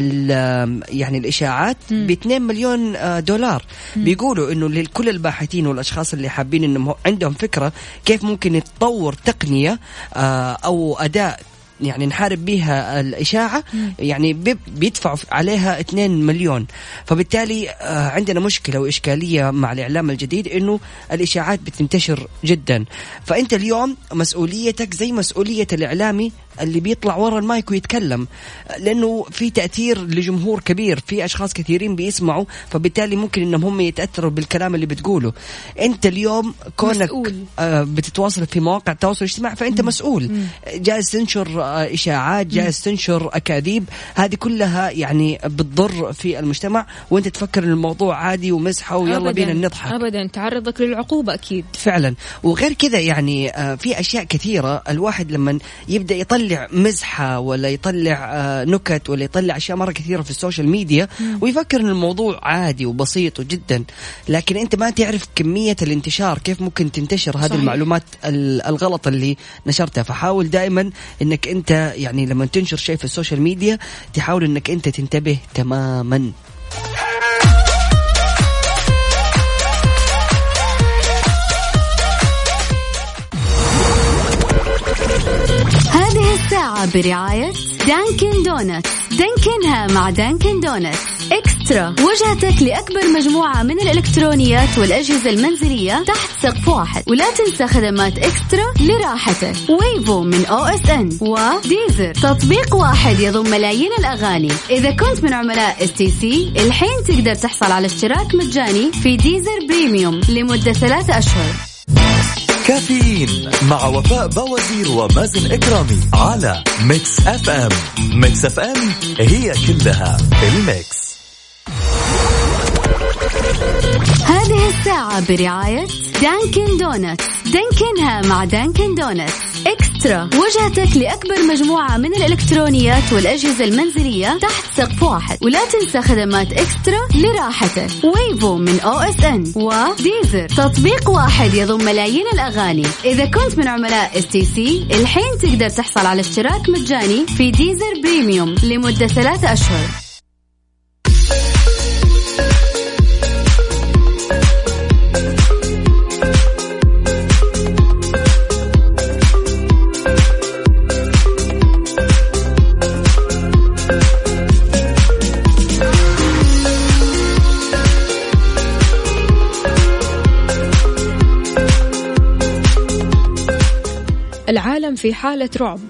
يعني الإشاعات باثنين مليون دولار. م. بيقولوا إنه لكل الباحثين والأشخاص اللي حابين إنهم عندهم فكرة كيف ممكن يتطور تقنية أو أداة يعني نحارب بيها الإشاعة، يعني بيدفعوا عليها اثنين مليون. فبالتالي عندنا مشكلة وإشكالية مع الإعلام الجديد إنه الإشاعات بتنتشر جدا. فأنت اليوم مسؤوليتك زي مسؤولية الإعلامي اللي بيطلع ورا المايك ويتكلم، لأنه في تأثير لجمهور كبير، في أشخاص كثيرين بيسمعوا، فبالتالي ممكن إنهم هم يتأثروا بالكلام اللي بتقوله. أنت اليوم كونك مسؤول. بتتواصل في مواقع التواصل الاجتماعي فأنت م. مسؤول. م. جالس تنشر إشاعات، جالس تنشر أكاذيب، هذه كلها يعني بتضر في المجتمع، وأنت تفكر إن الموضوع عادي ومزحة ويلا بينا نضحك. أبدا، تعرضك للعقوبة أكيد فعلا. وغير كذا يعني في أشياء كثيرة الواحد لما يبدأ يطلع مزحة ولا يطلع نكت ولا يطلع أشياء مرة كثيرة في السوشيال ميديا م. ويفكر إن الموضوع عادي وبسيط جدا، لكن أنت ما تعرف كمية الانتشار كيف ممكن تنتشر هذه المعلومات الغلط اللي نشرتها. فحاول دائما إنك أنت يعني لما تنشر شيء في السوشيال ميديا تحاول إنك أنت تنتبه تماما. هذه الساعة برعاية دانكن دونتس. دانكنها مع دانكن دونتس. إكسترا إكسترا، وجهتك لأكبر مجموعة من الإلكترونيات والأجهزة المنزلية تحت سقف واحد. ولا تنسى خدمات إكسترا لراحتك. ويفو من أو إس إن وديزر، تطبيق واحد يضم ملايين الأغاني. إذا كنت من عملاء إس تي سي الحين تقدر تحصل على اشتراك مجاني في ديزر بريميوم لمدة ثلاثة أشهر. كافيين مع وفاء بوازير ومازن إكرامي على ميكس أف أم. ميكس أف أم هي كلها الميكس. هذه الساعة برعاية دانكن دونتس. دانكنها مع دانكن دونتس. إكسترا، وجهتك لأكبر مجموعة من الإلكترونيات والأجهزة المنزلية تحت سقف واحد. ولا تنسى خدمات إكسترا لراحتك. ويفو من أو إس إن وديزر، تطبيق واحد يضم ملايين الأغاني. إذا كنت من عملاء إس تي سي الحين تقدر تحصل على اشتراك مجاني في ديزر بريميوم لمدة ثلاثة أشهر. العالم في حالة رعب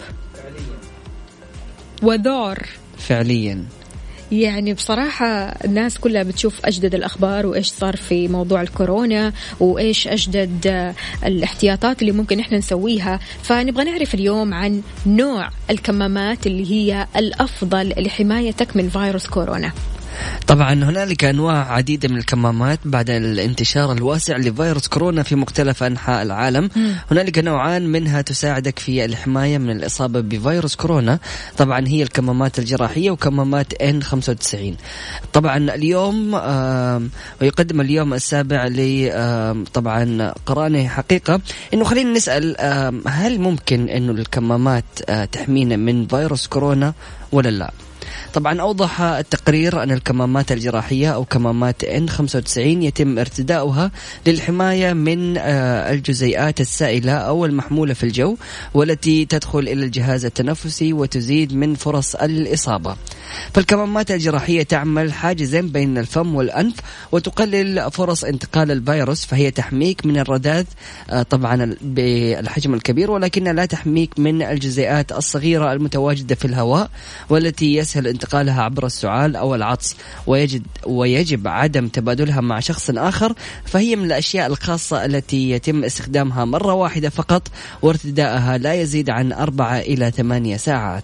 وذعر فعليا. يعني بصراحة الناس كلها بتشوف أجدد الأخبار وإيش صار في موضوع الكورونا وإيش أجدد الاحتياطات اللي ممكن إحنا نسويها. فنبغى نعرف اليوم عن نوع الكمامات اللي هي الأفضل لحمايتك من فيروس كورونا. طبعا هنالك أنواع عديدة من الكمامات بعد الانتشار الواسع لفيروس كورونا في مختلف أنحاء العالم. م. هنالك نوعان منها تساعدك في الحماية من الإصابة بفيروس كورونا. طبعا هي الكمامات الجراحية وكمامات إن خمسة وتسعين. طبعا اليوم ويقدم اليوم السابع لي طبعا قرانه حقيقة إنه خلينا نسأل هل ممكن إنه الكمامات تحمينا من فيروس كورونا ولا لا؟ طبعا أوضح التقرير أن الكمامات الجراحية أو كمامات إن خمسة وتسعين يتم ارتداؤها للحماية من الجزيئات السائلة أو المحمولة في الجو والتي تدخل إلى الجهاز التنفسي وتزيد من فرص الإصابة. فالكمامات الجراحية تعمل حاجزا بين الفم والأنف وتقلل فرص انتقال الفيروس، فهي تحميك من الرذاذ طبعا بالحجم الكبير، ولكن لا تحميك من الجزيئات الصغيرة المتواجدة في الهواء والتي يسهل انتقالها عبر السعال أو العطس، ويجب, ويجب عدم تبادلها مع شخص آخر. فهي من الأشياء الخاصة التي يتم استخدامها مرة واحدة فقط، وارتداءها لا يزيد عن أربعة إلى ثمانية ساعات.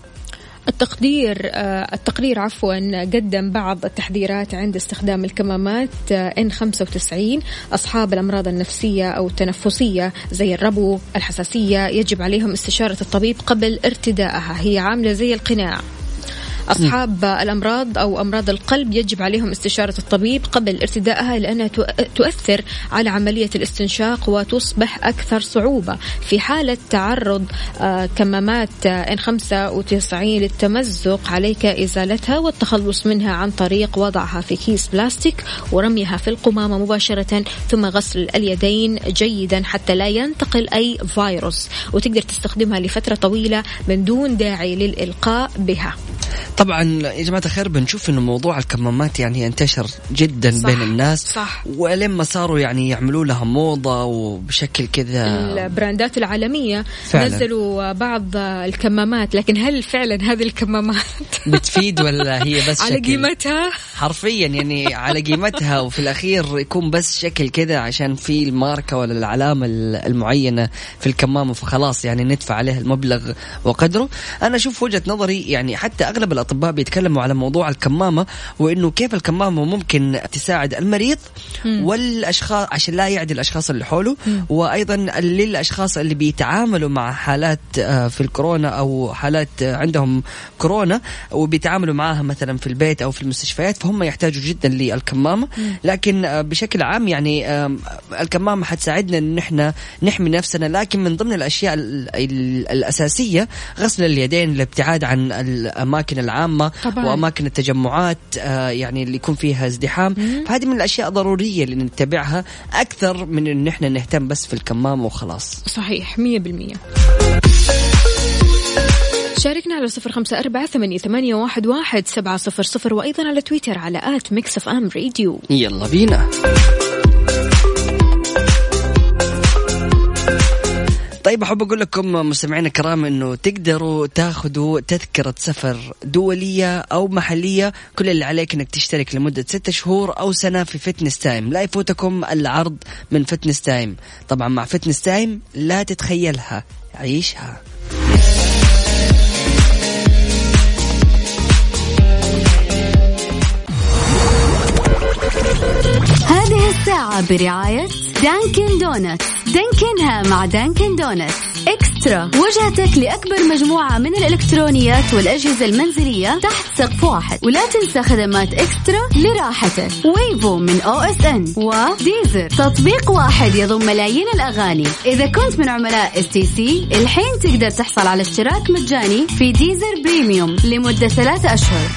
التقدير التقرير عفوا قدم بعض التحذيرات عند استخدام الكمامات إن خمسة وتسعين. أصحاب الأمراض النفسية أو التنفسية زي الربو، الحساسية، يجب عليهم استشارة الطبيب قبل ارتدائها. هي عاملة زي القناع. أصحاب الأمراض أو أمراض القلب يجب عليهم استشارة الطبيب قبل ارتدائها لأنها تؤثر على عملية الاستنشاق وتصبح أكثر صعوبة. في حالة تعرض كمامات إن خمسة وتسعين للتمزق عليك إزالتها والتخلص منها عن طريق وضعها في كيس بلاستيك ورميها في القمامة مباشرة، ثم غسل اليدين جيدا حتى لا ينتقل أي فيروس، وتقدر تستخدمها لفترة طويلة من دون داعي للإلقاء بها. طبعا يا جماعة الخير بنشوف إنه موضوع الكمامات يعني انتشر جدا صح بين الناس صح. ولما صاروا يعني يعملوا لها موضة وبشكل كذا البراندات العالمية فعلا نزلوا بعض الكمامات، لكن هل فعلا هذه الكمامات بتفيد ولا هي بس على شكل؟ قيمتها حرفيا يعني على قيمتها، وفي الأخير يكون بس شكل كذا عشان في الماركة ولا العلامة المعينة في الكمامة، فخلاص يعني ندفع عليها المبلغ وقدره. أنا أشوف وجهة نظري يعني حتى أغلب الأطباء بيتكلموا على موضوع الكمامة وإنه كيف الكمامة ممكن تساعد المريض م. والأشخاص عشان لا يعدي الأشخاص اللي حوله م. وأيضا للأشخاص اللي بيتعاملوا مع حالات في الكورونا أو حالات عندهم كورونا وبيتعاملوا معها مثلا في البيت أو في المستشفيات، فهم يحتاجوا جدا للكمامة. لكن بشكل عام يعني الكمامة حتساعدنا إن إحنا نحمي نفسنا، لكن من ضمن الأشياء الأساسية غسل اليدين، الابتعاد عن الأماكن العامة طبعاً. وأماكن التجمعات يعني اللي يكون فيها ازدحام، فهذه من الأشياء ضرورية اللي نتبعها أكثر من إن إحنا نهتم بس في الكمامة وخلاص. صحيح مية بالمية. شاركنا على صفر خمسة أربعة ثمانية ثمانية واحد واحد سبعة صفر صفر، وأيضا على تويتر على آت ميكس أف أم راديو. يلا بينا. طيب أحب أقول لكم مستمعينا الكرام إنه تقدروا تاخذوا تذكرة سفر دولية أو محلية. كل اللي عليك إنك تشترك لمدة ستة شهور أو سنة في فتنس تايم. لا يفوتكم العرض من فتنس تايم. طبعا مع فتنس تايم لا تتخيلها، عيشها. هذه الساعة برعاية دانكن دونتس. دانكنها مع دانكن دونتس إكسترا، وجهتك لأكبر مجموعة من الإلكترونيات والأجهزة المنزلية تحت سقف واحد. ولا تنسى خدمات إكسترا لراحتك. ويفو من أو إس إن وديزر، تطبيق واحد يضم ملايين الأغاني. إذا كنت من عملاء إس تي سي الحين تقدر تحصل على اشتراك مجاني في ديزر بريميوم لمدة ثلاثة أشهر.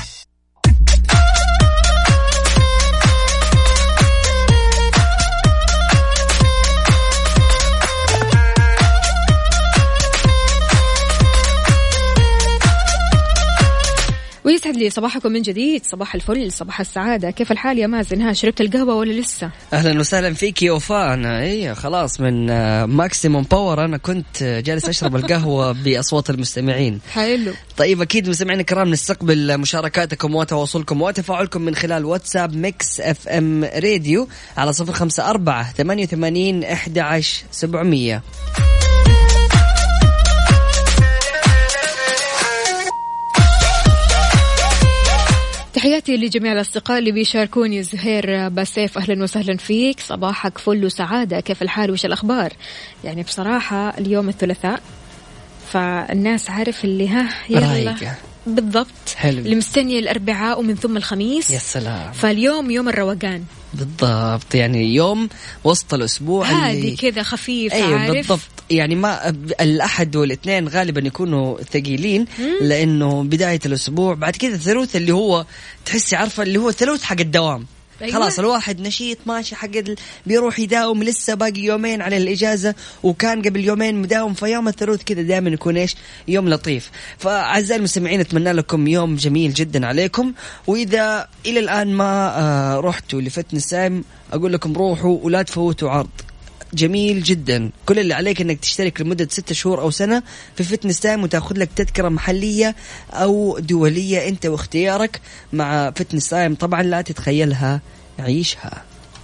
ويسعد لي صباحكم من جديد. صباح الفل، صباح السعادة. كيف الحال يا مازن؟ ها شربت القهوة ولا لسه؟ أهلا وسهلا فيك يا وفاء. أنا إيه خلاص من ماكسيموم باور، أنا كنت جالس أشرب القهوة بأصوات المستمعين. حلو. طيب أكيد مستمعين الكرام نستقبل مشاركاتكم وتواصلكم وتفاعلكم من خلال واتساب ميكس اف ام راديو على صفر خمسة أربعة ثمانية ثمانين أحد عشر سبعمية. تحياتي لجميع الأصدقاء اللي بيشاركوني. زهير باسيف أهلا وسهلا فيك، صباحك فل وسعادة. كيف الحال وش الأخبار؟ يعني بصراحة اليوم الثلاثاء، فالناس عارف اللي ها يلا بالضبط. حلو. اللي مستني الأربعاء ومن ثم الخميس. يا سلام. فاليوم يوم الروقان بالضبط، يعني يوم وسط الأسبوع هادي كذا خفيف. أيوة عارف بالضبط. يعني ما الأحد والاثنين غالبا يكونوا ثقيلين لأنه بداية الأسبوع. بعد كذا الثلوث اللي هو تحسي عارفة اللي هو الثلوث حق الدوام. أيوة. خلاص الواحد نشيط ماشي حق بيروح يداوم، لسه باقي يومين على الإجازة وكان قبل يومين مداوم، فيوم الثلوث كذا دائما يكون إيش يوم لطيف. فأعزائي المستمعين أتمنى لكم يوم جميل جدا عليكم. وإذا إلى الآن ما آه رحتوا لفتنس تايم أقول لكم روحوا ولا تفوتوا عرض جميل جدا. كل اللي عليك انك تشترك لمدة ستة شهور او سنة في فتنس تايم وتاخذ لك تذكرة محلية او دولية انت واختيارك مع فتنس تايم. طبعا لا تتخيلها، عيشها.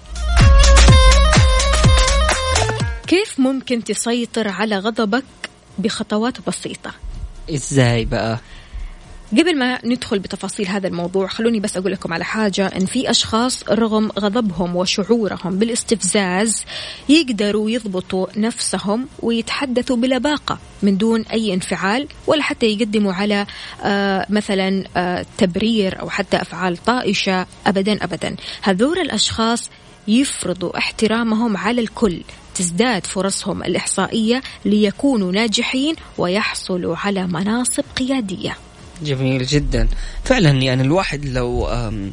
كيف ممكن تسيطر على غضبك بخطوات بسيطة؟ ازاي بقى؟ قبل ما ندخل بتفاصيل هذا الموضوع خلوني بس أقول لكم على حاجة، إن في أشخاص رغم غضبهم وشعورهم بالاستفزاز يقدروا يضبطوا نفسهم ويتحدثوا بلباقة من دون أي انفعال ولا حتى يقدموا على آه مثلا آه تبرير أو حتى أفعال طائشة. أبدا أبدا. هذول الأشخاص يفرضوا احترامهم على الكل، تزداد فرصهم الإحصائية ليكونوا ناجحين ويحصلوا على مناصب قيادية. جميل جدا فعلا. يعني الواحد لو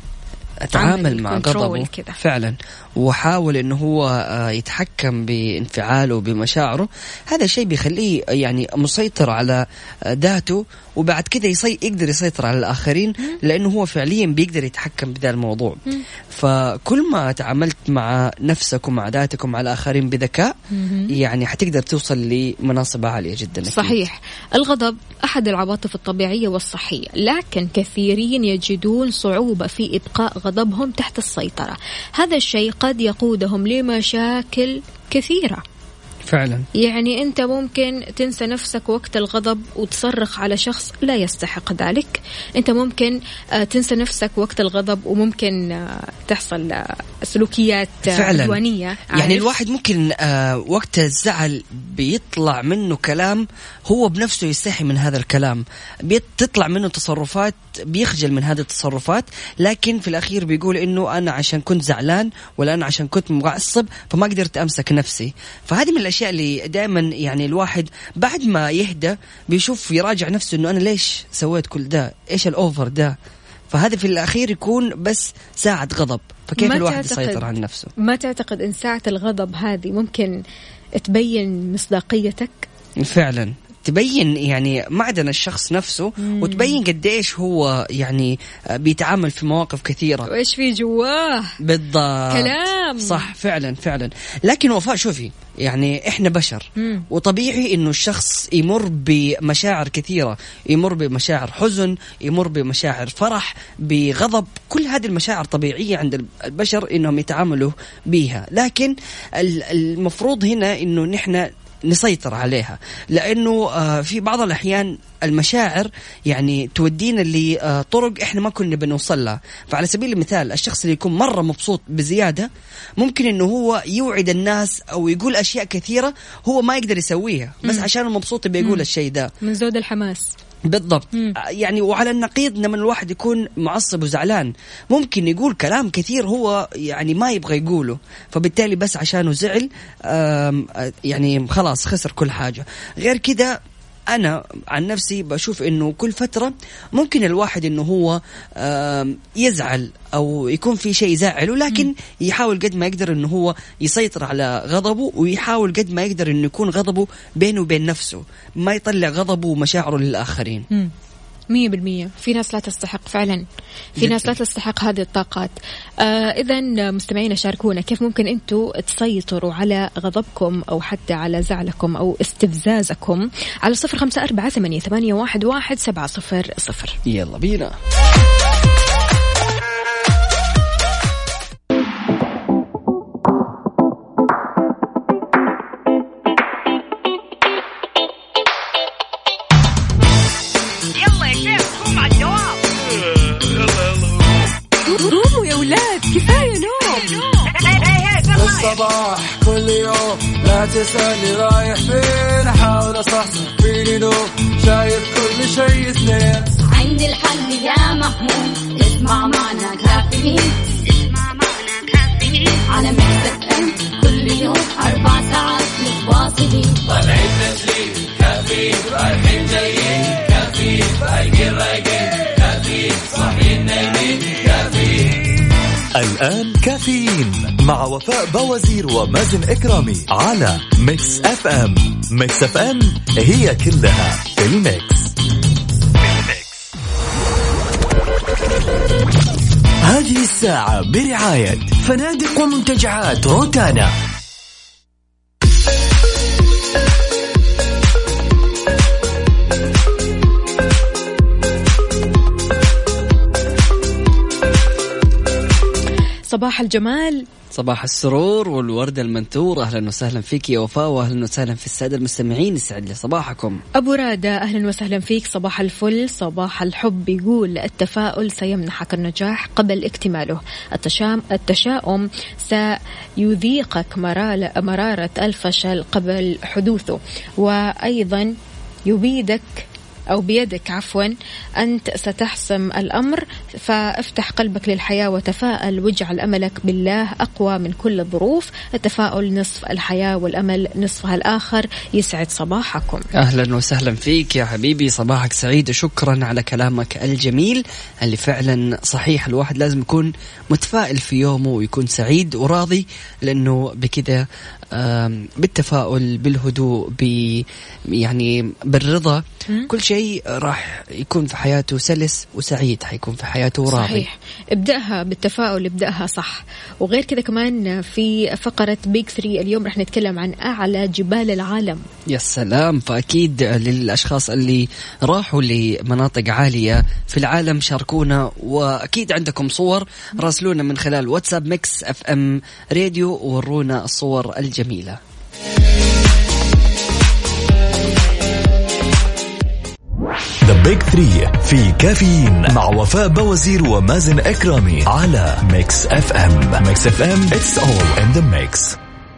أتعامل مع غضبه فعلا وحاول إنه هو يتحكم بانفعاله وبمشاعره، هذا الشيء بيخليه يعني مسيطر على ذاته، وبعد كده يصي يقدر يسيطر على الآخرين لأنه هو فعليا بيقدر يتحكم بهذا الموضوع. فكل ما تعاملت مع نفسك ومع ذاتك ومع الآخرين بذكاء يعني حتقدر توصل لمناصب عالية جدا. أكيد. صحيح. الغضب أحد العواطف الطبيعية والصحية، لكن كثيرين يجدون صعوبة في إبقاء غضبهم تحت السيطرة. هذا الشيء قد يقودهم لمشاكل كثيرة فعلا. يعني أنت ممكن تنسى نفسك وقت الغضب وتصرخ على شخص لا يستحق ذلك. أنت ممكن تنسى نفسك وقت الغضب وممكن تحصل سلوكيات عدوانية. يعني الواحد ممكن وقت الزعل بيطلع منه كلام هو بنفسه يستحي من هذا الكلام، بيطلع منه تصرفات بيخجل من هذه التصرفات، لكن في الأخير بيقول إنه أنا عشان كنت زعلان ولا أنا عشان كنت معصب فما قدرت أمسك نفسي. فهذه من الأشياء اللي دائما يعني الواحد بعد ما يهدى بيشوف يراجع نفسه إنه أنا ليش سويت كل ده، إيش الأوفر ده. فهذا في الأخير يكون بس ساعة غضب. فكيف الواحد يسيطر عن نفسه؟ ما تعتقد إن ساعة الغضب هذه ممكن تبين مصداقيتك؟ فعلا تبين يعني معدن الشخص نفسه مم. وتبين قديش هو يعني بيتعامل في مواقف كثيرة وإيش في جواه بالضبط. كلام صح فعلا فعلا. لكن وفاء شوفي يعني إحنا بشر مم. وطبيعي إنه الشخص يمر بمشاعر كثيرة، يمر بمشاعر حزن، يمر بمشاعر فرح، بغضب، كل هذه المشاعر طبيعية عند البشر إنهم يتعاملوا بيها. لكن المفروض هنا إنه نحن نسيطر عليها، لأنه في بعض الأحيان المشاعر يعني تودينا لطرق إحنا ما كنا بنوصل لها. فعلى سبيل المثال الشخص اللي يكون مرة مبسوط بزيادة ممكن إنه هو يوعد الناس أو يقول أشياء كثيرة هو ما يقدر يسويها بس م. عشان مبسوط بيقول الشيء ده من زود الحماس. بالضبط. مم. يعني وعلى النقيض لما الواحد يكون معصب وزعلان ممكن يقول كلام كثير هو يعني ما يبغى يقوله، فبالتالي بس عشانه زعل يعني خلاص خسر كل حاجة. غير كده أنا عن نفسي بشوف إنه كل فترة ممكن الواحد إنه هو يزعل أو يكون في شيء يزعله، لكن م. يحاول قد ما يقدر إنه هو يسيطر على غضبه، ويحاول قد ما يقدر إنه يكون غضبه بينه وبين نفسه، ما يطلع غضبه ومشاعره للآخرين. م. مية بالمية. في ناس لا تستحق فعلا، في ناس لا تستحق هذه الطاقات. آه إذن مستمعينا شاركونا كيف ممكن أنتوا تسيطروا على غضبكم أو حتى على زعلكم أو استفزازكم على صفر خمسة أربعة ثمانية ثمانية واحد واحد سبعة صفر صفر. يلا بينا. الصباح كل يوم لا تسألني رايح فين، أحاول أصحصح فيني نوم شايف كل شيء سنين. عندي الحل يا محمود، اسمع معنا كافيين، اسمع معنا كافيين على ميكس اف ام كل يوم أربع ساعات متواصلين. طالعين تسليم كافيين، رايحين جايين كافيين، رايقين رايقين كافيين، صاحيين نايمين كافيين. الآن كافيين مع وفاء بوازير ومازن إكرامي على ميكس اف ام. ميكس اف ام هي كلها في الميكس. هذه الساعة برعاية فنادق ومنتجعات روتانا. صباح الجمال، صباح السرور والوردة المنثور. أهلا وسهلا فيك يا وفاء، وأهلا وسهلا في السادة المستمعين. يسعد لي صباحكم. أبو رادة أهلا وسهلا فيك، صباح الفل، صباح الحب. يقول التفاؤل سيمنحك النجاح قبل اكتماله، التشام التشاؤم سيذيقك مرارة الفشل قبل حدوثه، وأيضا يبيدك أو بيدك عفوا أنت ستحسم الأمر، فافتح قلبك للحياة وتفاءل واجعل أملك بالله أقوى من كل الظروف. التفاؤل نصف الحياة والأمل نصفها الآخر. يسعد صباحكم. أهلا وسهلا فيك يا حبيبي، صباحك سعيد، شكرا على كلامك الجميل اللي فعلا صحيح. الواحد لازم يكون متفائل في يومه ويكون سعيد وراضي، لأنه بكده بالتفاؤل بالهدوء ب يعني بالرضا كل شيء راح يكون في حياته سلس وسعيد، حيكون في حياته راضي. صحيح، ابدأها بالتفاؤل، ابدأها صح. وغير كذا كمان في فقرة بيج ثري اليوم رح نتكلم عن أعلى جبال العالم. يا سلام، فأكيد للأشخاص اللي راحوا لمناطق عالية في العالم شاركونا، وأكيد عندكم صور راسلونا من خلال واتساب ميكس اف ام راديو وورونا الصور الجميلة. The Big Three في كافيين مع وفاء بوازير ومازن إكرامي على ميكس اف ام. ميكس اف ام it's all in the mix.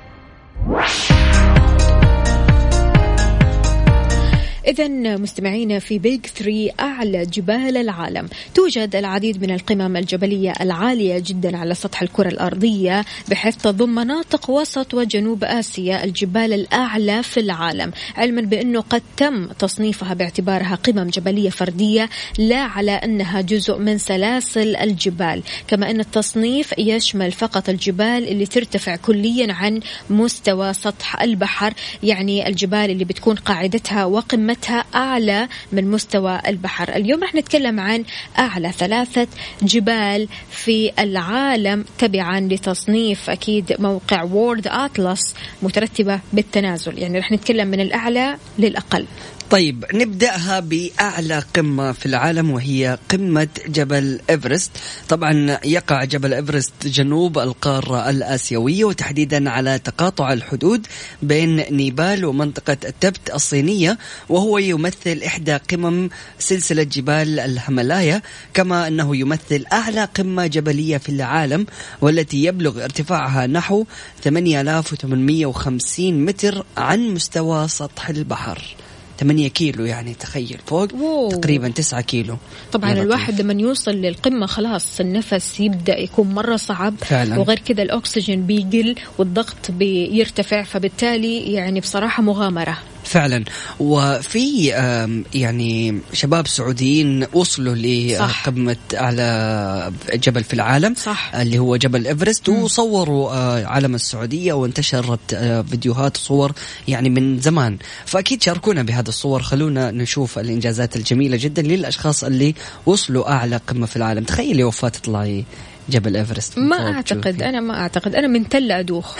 إذن مستمعينا في بيج ثري أعلى جبال العالم، توجد العديد من القمم الجبلية العالية جدا على سطح الكرة الأرضية، بحيث تضم مناطق وسط وجنوب آسيا الجبال الأعلى في العالم، علما بأنه قد تم تصنيفها باعتبارها قمم جبلية فردية لا على أنها جزء من سلاسل الجبال. كما أن التصنيف يشمل فقط الجبال اللي ترتفع كليا عن مستوى سطح البحر، يعني الجبال اللي بتكون قاعدتها وقمتها قمتها أعلى من مستوى البحر. اليوم رح نتكلم عن أعلى ثلاثة جبال في العالم تبعا لتصنيف أكيد موقع وورد أطلس مترتبة بالتنازل، يعني رح نتكلم من الأعلى للأقل. طيب نبدأها بأعلى قمة في العالم وهي قمة جبل إيفرست. طبعا يقع جبل إيفرست جنوب القارة الآسيوية، وتحديدا على تقاطع الحدود بين نيبال ومنطقة التبت الصينية، وهو يمثل إحدى قمم سلسلة جبال الهيمالايا، كما أنه يمثل أعلى قمة جبلية في العالم، والتي يبلغ ارتفاعها نحو ثمانية آلاف وثمانمئة وخمسين متر عن مستوى سطح البحر. ثمانية كيلو، يعني تخيل فوق أوه. تقريبا تسعة كيلو. طبعا الواحد لما يوصل للقمة خلاص النفس يبدأ يكون مرة صعب فعلا. وغير كذا الأكسجين بيقل والضغط بيرتفع، فبالتالي يعني بصراحة مغامرة فعلا. وفي يعني شباب سعوديين وصلوا لقمة أعلى جبل في العالم صح. اللي هو جبل إيفرست، وصوروا علم السعودية وانتشرت فيديوهات وصور يعني من زمان، فأكيد شاركونا بهذه الصور. خلونا نشوف الإنجازات الجميلة جدا للأشخاص اللي وصلوا أعلى قمة في العالم. تخيلي وفاة تطلعي جبل إيفرست. ما أعتقد أنا ما أعتقد أنا من تل أدوخ.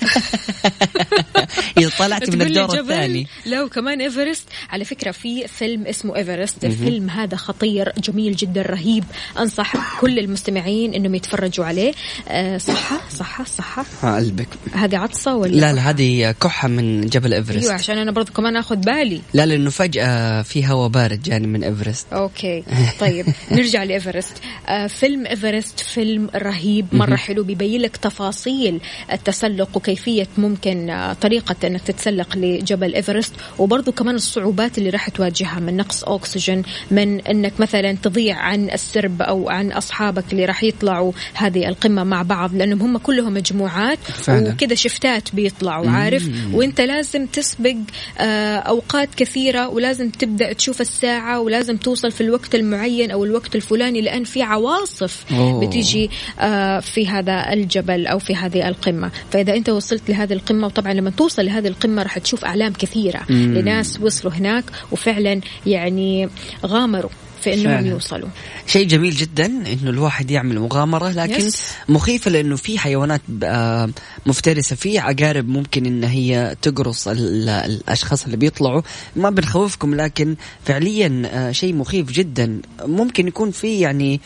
إذا طلعت من الدور الثاني. لا وكمان إيفرست. على فكرة في فيلم اسمه إيفرست، الفيلم هذا خطير جميل جدا رهيب، أنصح كل المستمعين إنهم يتفرجوا عليه. أه صحة صحة صحة قلبك هذه عطسة ولا لا؟ لا هذه كحة من جبل إيفرست. أيوة عشان أنا برضو كمان أخذ بالي. لا لأنه فجأة في هواء بارد جاني من إيفرست. أوكي طيب نرجع لإيفرست. أه فيلم إيفرست فيلم رهيب مرة حلو، بيبين لك تفاصيل التسلق وكيفية ممكن طريقة أنك تتسلق لجبل إيفرست، وبرضو كمان الصعوبات اللي راح تواجهها من نقص أكسجين، من أنك مثلا تضيع عن السرب أو عن أصحابك اللي راح يطلعوا هذه القمة مع بعض، لأنهم هم كلهم مجموعات وكذا شفتات بيطلعوا عارف، وانت لازم تسبق أوقات كثيرة، ولازم تبدأ تشوف الساعة، ولازم توصل في الوقت المعين أو الوقت الفلاني، لأن في عواصف أوه. بتيجي في هذا الجبل أو في هذه القمة. فإذا أنت وصلت لهذه القمة، وطبعا لما توصل لهذه القمة راح تشوف أعلام كثيرة مم. لناس وصلوا هناك وفعلا يعني غامروا في إنهم فعلا. يوصلوا. شيء جميل جدا إنه الواحد يعمل مغامرة، لكن يس. مخيفة لأنه في حيوانات مفترسة، في عقارب ممكن إن هي تقرص الأشخاص اللي بيطلعوا. ما بنخوفكم، لكن فعليا شيء مخيف جدا. ممكن يكون في يعني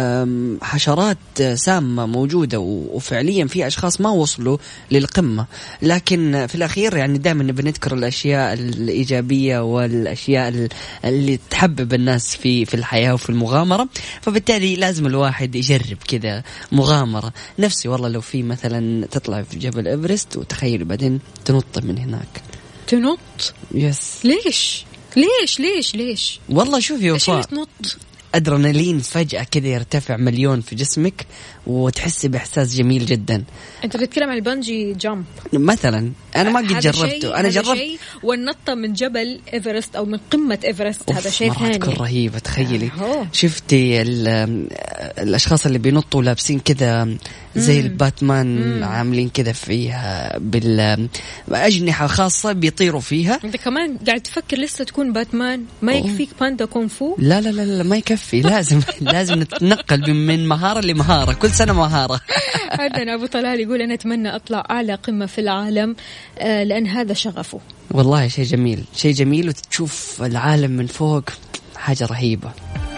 حشرات سامة موجودة، وفعليا في أشخاص ما وصلوا للقمة، لكن في الأخير يعني دائما بنذكر الأشياء الإيجابية والأشياء اللي تحبب الناس في في الحياة وفي المغامرة. فبالتالي لازم الواحد يجرب كذا مغامرة. نفسي والله لو في مثلا تطلع في جبل إيفرست وتخيل بعدين تنط من هناك. تنط؟ يس. ليش ليش ليش ليش والله شوفي وفاء، تنط أدرينالين فجأة كذا يرتفع مليون في جسمك، وتحسي بإحساس جميل جدا. أنت بتتكلم عن البنجي جامب مثلا. أنا ما قد جربته. أنا جربت والنطة من جبل إيفرست أو من قمة إيفرست، هذا شيء ثاني. تكون رهيبة. تخيلي آه. شفتي الأشخاص اللي بينطوا لابسين كذا زي الباتمان، مم. عاملين كذا فيها بالأجنحة خاصة بيطيروا فيها. أنت كمان قاعد تفكر لسه تكون باتمان؟ ما يكفيك باندا كونفو؟ لا لا لا, لا ما يكفي. لازم لازم نتنقل من مهارة لمهارة، كل سنة مهارة. عندنا أبو طلال يقول أنا أتمنى أطلع أعلى قمة في العالم لأن هذا شغفه. والله شيء جميل، شيء جميل، وتشوف العالم من فوق حاجة رهيبة.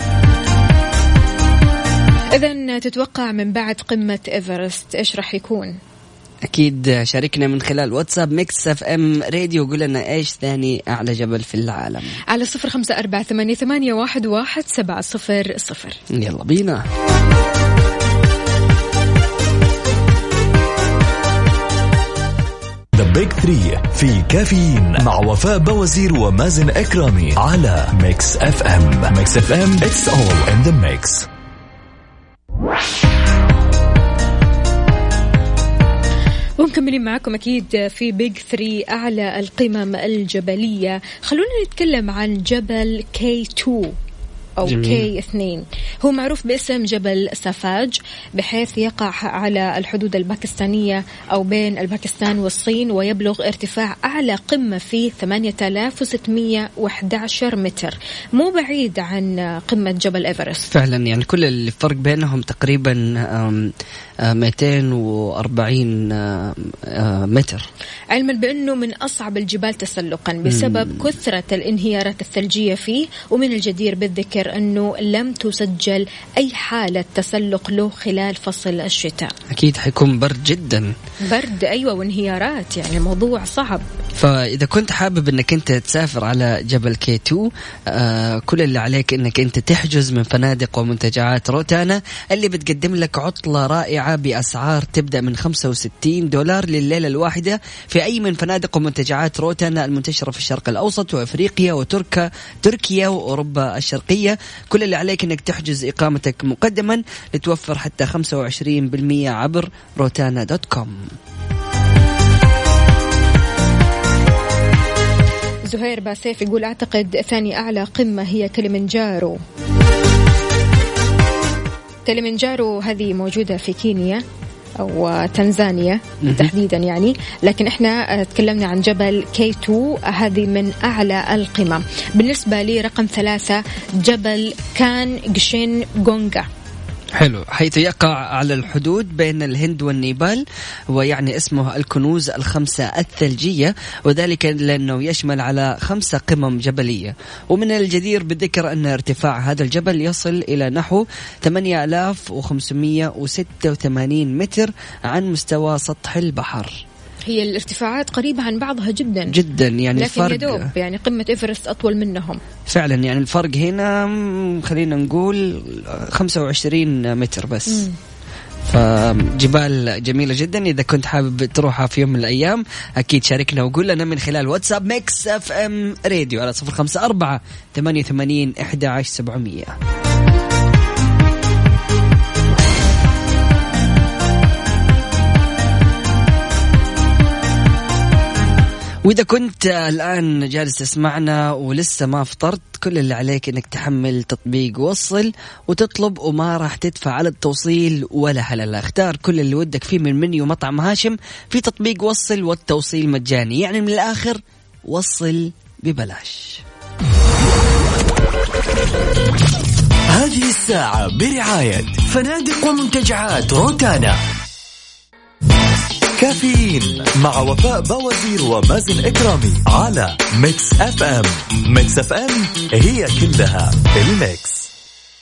إذن تتوقع من بعد قمة إيفرست إيش رح يكون؟ أكيد شاركنا من خلال واتساب ميكس اف ام راديو، وقول لنا إيش ثاني أعلى جبل في العالم على صفر خمسة أربعة ثمانية ثمانية واحد واحد سبعة صفر صفر. يلا بينا. The Big Three في كافيين مع وفاء بوازير ومازن إكرامي على ميكس اف ام. ميكس اف ام it's all in the mix. ومكملين معكم أكيد في بيج ثري أعلى القمم الجبلية. خلونا نتكلم عن جبل كي تو. أو جميل. كي اثنين. هو معروف باسم جبل سفاج، بحيث يقع على الحدود الباكستانية أو بين الباكستان والصين، ويبلغ ارتفاع أعلى قمة فيه ثمانية آلاف وستمائة وأحد عشر متر، مو بعيد عن قمة جبل إيفرست. فعلا يعني كل الفرق بينهم تقريبا مئتين وأربعين متر. علما بأنه من أصعب الجبال تسلقا بسبب كثرة الانهيارات الثلجية فيه، ومن الجدير بالذكر أنه لم تسجل أي حالة تسلق له خلال فصل الشتاء. أكيد حيكون برد جدا. برد أيوة، وانهيارات، يعني موضوع صعب. فإذا كنت حابب أنك أنت تسافر على جبل كي تو، آه كل اللي عليك أنك أنت تحجز من فنادق ومنتجعات روتانا اللي بتقدم لك عطلة رائعة بأسعار تبدأ من خمسة وستين دولار لليلة الواحدة في أي من فنادق ومنتجعات روتانا المنتشرة في الشرق الأوسط وأفريقيا وتركيا تركيا وأوروبا الشرقية. كل اللي عليك أنك تحجز إقامتك مقدما لتوفر حتى خمسة وعشرين بالمئة عبر روتانا دوت كوم. زهير باسيف يقول أعتقد ثاني أعلى قمة هي كليمنجارو. كليمنجارو هذه موجودة في كينيا أو تنزانيا تحديدا يعني، لكن إحنا تكلمنا عن جبل كي تو، هذه من أعلى القمم. بالنسبة لي رقم ثلاثة جبل كان جشين جونغا. حلو، حيث يقع على الحدود بين الهند والنيبال، ويعني اسمه الكنوز الخمسة الثلجية، وذلك لأنه يشمل على خمسة قمم جبلية. ومن الجدير بالذكر أن ارتفاع هذا الجبل يصل إلى نحو ثمانية آلاف وخمسمائة وستة وثمانين متر عن مستوى سطح البحر. هي الارتفاعات قريبة عن بعضها جدا جدا، يعني لكن الفرق يدوب يعني قمة إيفرست أطول منهم فعلا. يعني الفرق هنا خلينا نقول خمسة وعشرين متر بس. مم. فجبال جميلة جدا. إذا كنت حابب تروحها في يوم من الأيام أكيد شاركنا وقول لنا من خلال واتساب ميكس اف ام راديو على صفر خمسة أربعة ثمانية ثمانين أحد عشر سبعمية. وإذا كنت الآن جالس تسمعنا ولسه ما فطرت، كل اللي عليك إنك تحمل تطبيق وصل وتطلب، وما راح تدفع على التوصيل ولا هللة. اختار كل اللي ودك فيه من منيو مطعم هاشم في تطبيق وصل، والتوصيل مجاني، يعني من الآخر وصل ببلاش. هذه الساعة برعاية فنادق ومنتجعات روتانا. كافيين مع وفاء بوازير ومازن إكرامي على ميكس اف ام. ميكس اف ام هي كلها الميكس.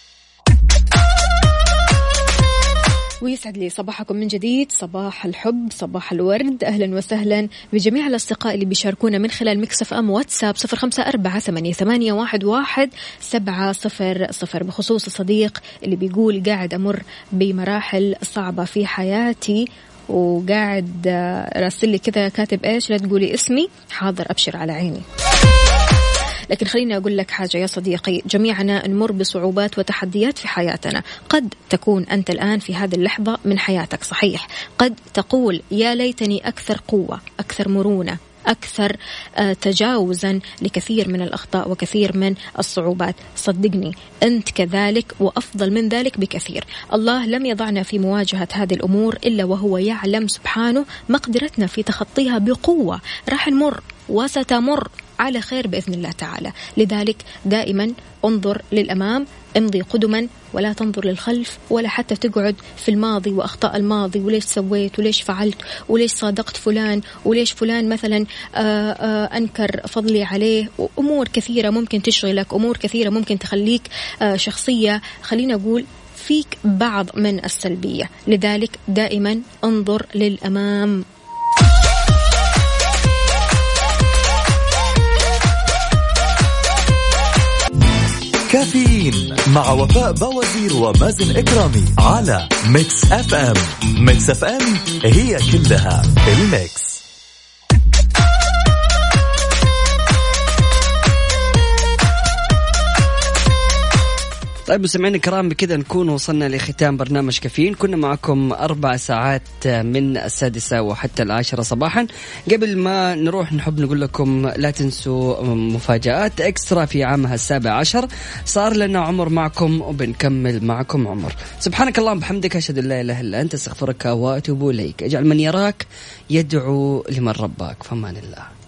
ويسعد لي صباحكم من جديد، صباح الحب، صباح الورد. أهلا وسهلا بجميع الأصدقاء اللي بيشاركونا من خلال ميكس اف ام واتساب صفر خمسة أربعة ثمانية ثمانية واحد واحد سبعة صفر صفر. بخصوص الصديق اللي بيقول قاعد أمر بمراحل صعبة في حياتي، وقاعد راسل لي كذا كاتب إيش، لا تقولي اسمي، حاضر أبشر على عيني. لكن خليني أقول لك حاجة يا صديقي، جميعنا نمر بصعوبات وتحديات في حياتنا. قد تكون أنت الآن في هذه اللحظة من حياتك صحيح، قد تقول يا ليتني أكثر قوة، أكثر مرونة، أكثر تجاوزا لكثير من الأخطاء وكثير من الصعوبات. صدقني أنت كذلك وأفضل من ذلك بكثير. الله لم يضعنا في مواجهة هذه الأمور إلا وهو يعلم سبحانه مقدرتنا في تخطيها بقوة. راح نمر وستمر على خير بإذن الله تعالى. لذلك دائما انظر للأمام، امضي قدما، ولا تنظر للخلف، ولا حتى تقعد في الماضي وأخطاء الماضي، وليش سويت وليش فعلت وليش صادقت فلان وليش فلان مثلا آآ آآ أنكر فضلي عليه. أمور كثيرة ممكن تشغلك، أمور كثيرة ممكن تخليك شخصية خلينا أقول فيك بعض من السلبية. لذلك دائما انظر للأمام. كافيين مع وفاء بوازير ومازن إكرامي على ميكس اف ام. ميكس اف ام هي كلها الميكس. طيب مستمعينا الكرام، بكذا نكون وصلنا لختام برنامج كافيين. كنا معكم أربع ساعات من السادسة وحتى العاشرة صباحا. قبل ما نروح نحب نقول لكم لا تنسوا مفاجآت إكسترا في عامها السابع عشر. صار لنا عمر معكم وبنكمل معكم عمر. سبحانك اللهم بحمدك، أشهد أن لا إله إلا أنت، أستغفرك وأتوب إليك. اجعل من يراك يدعو لمن رباك. فمان الله.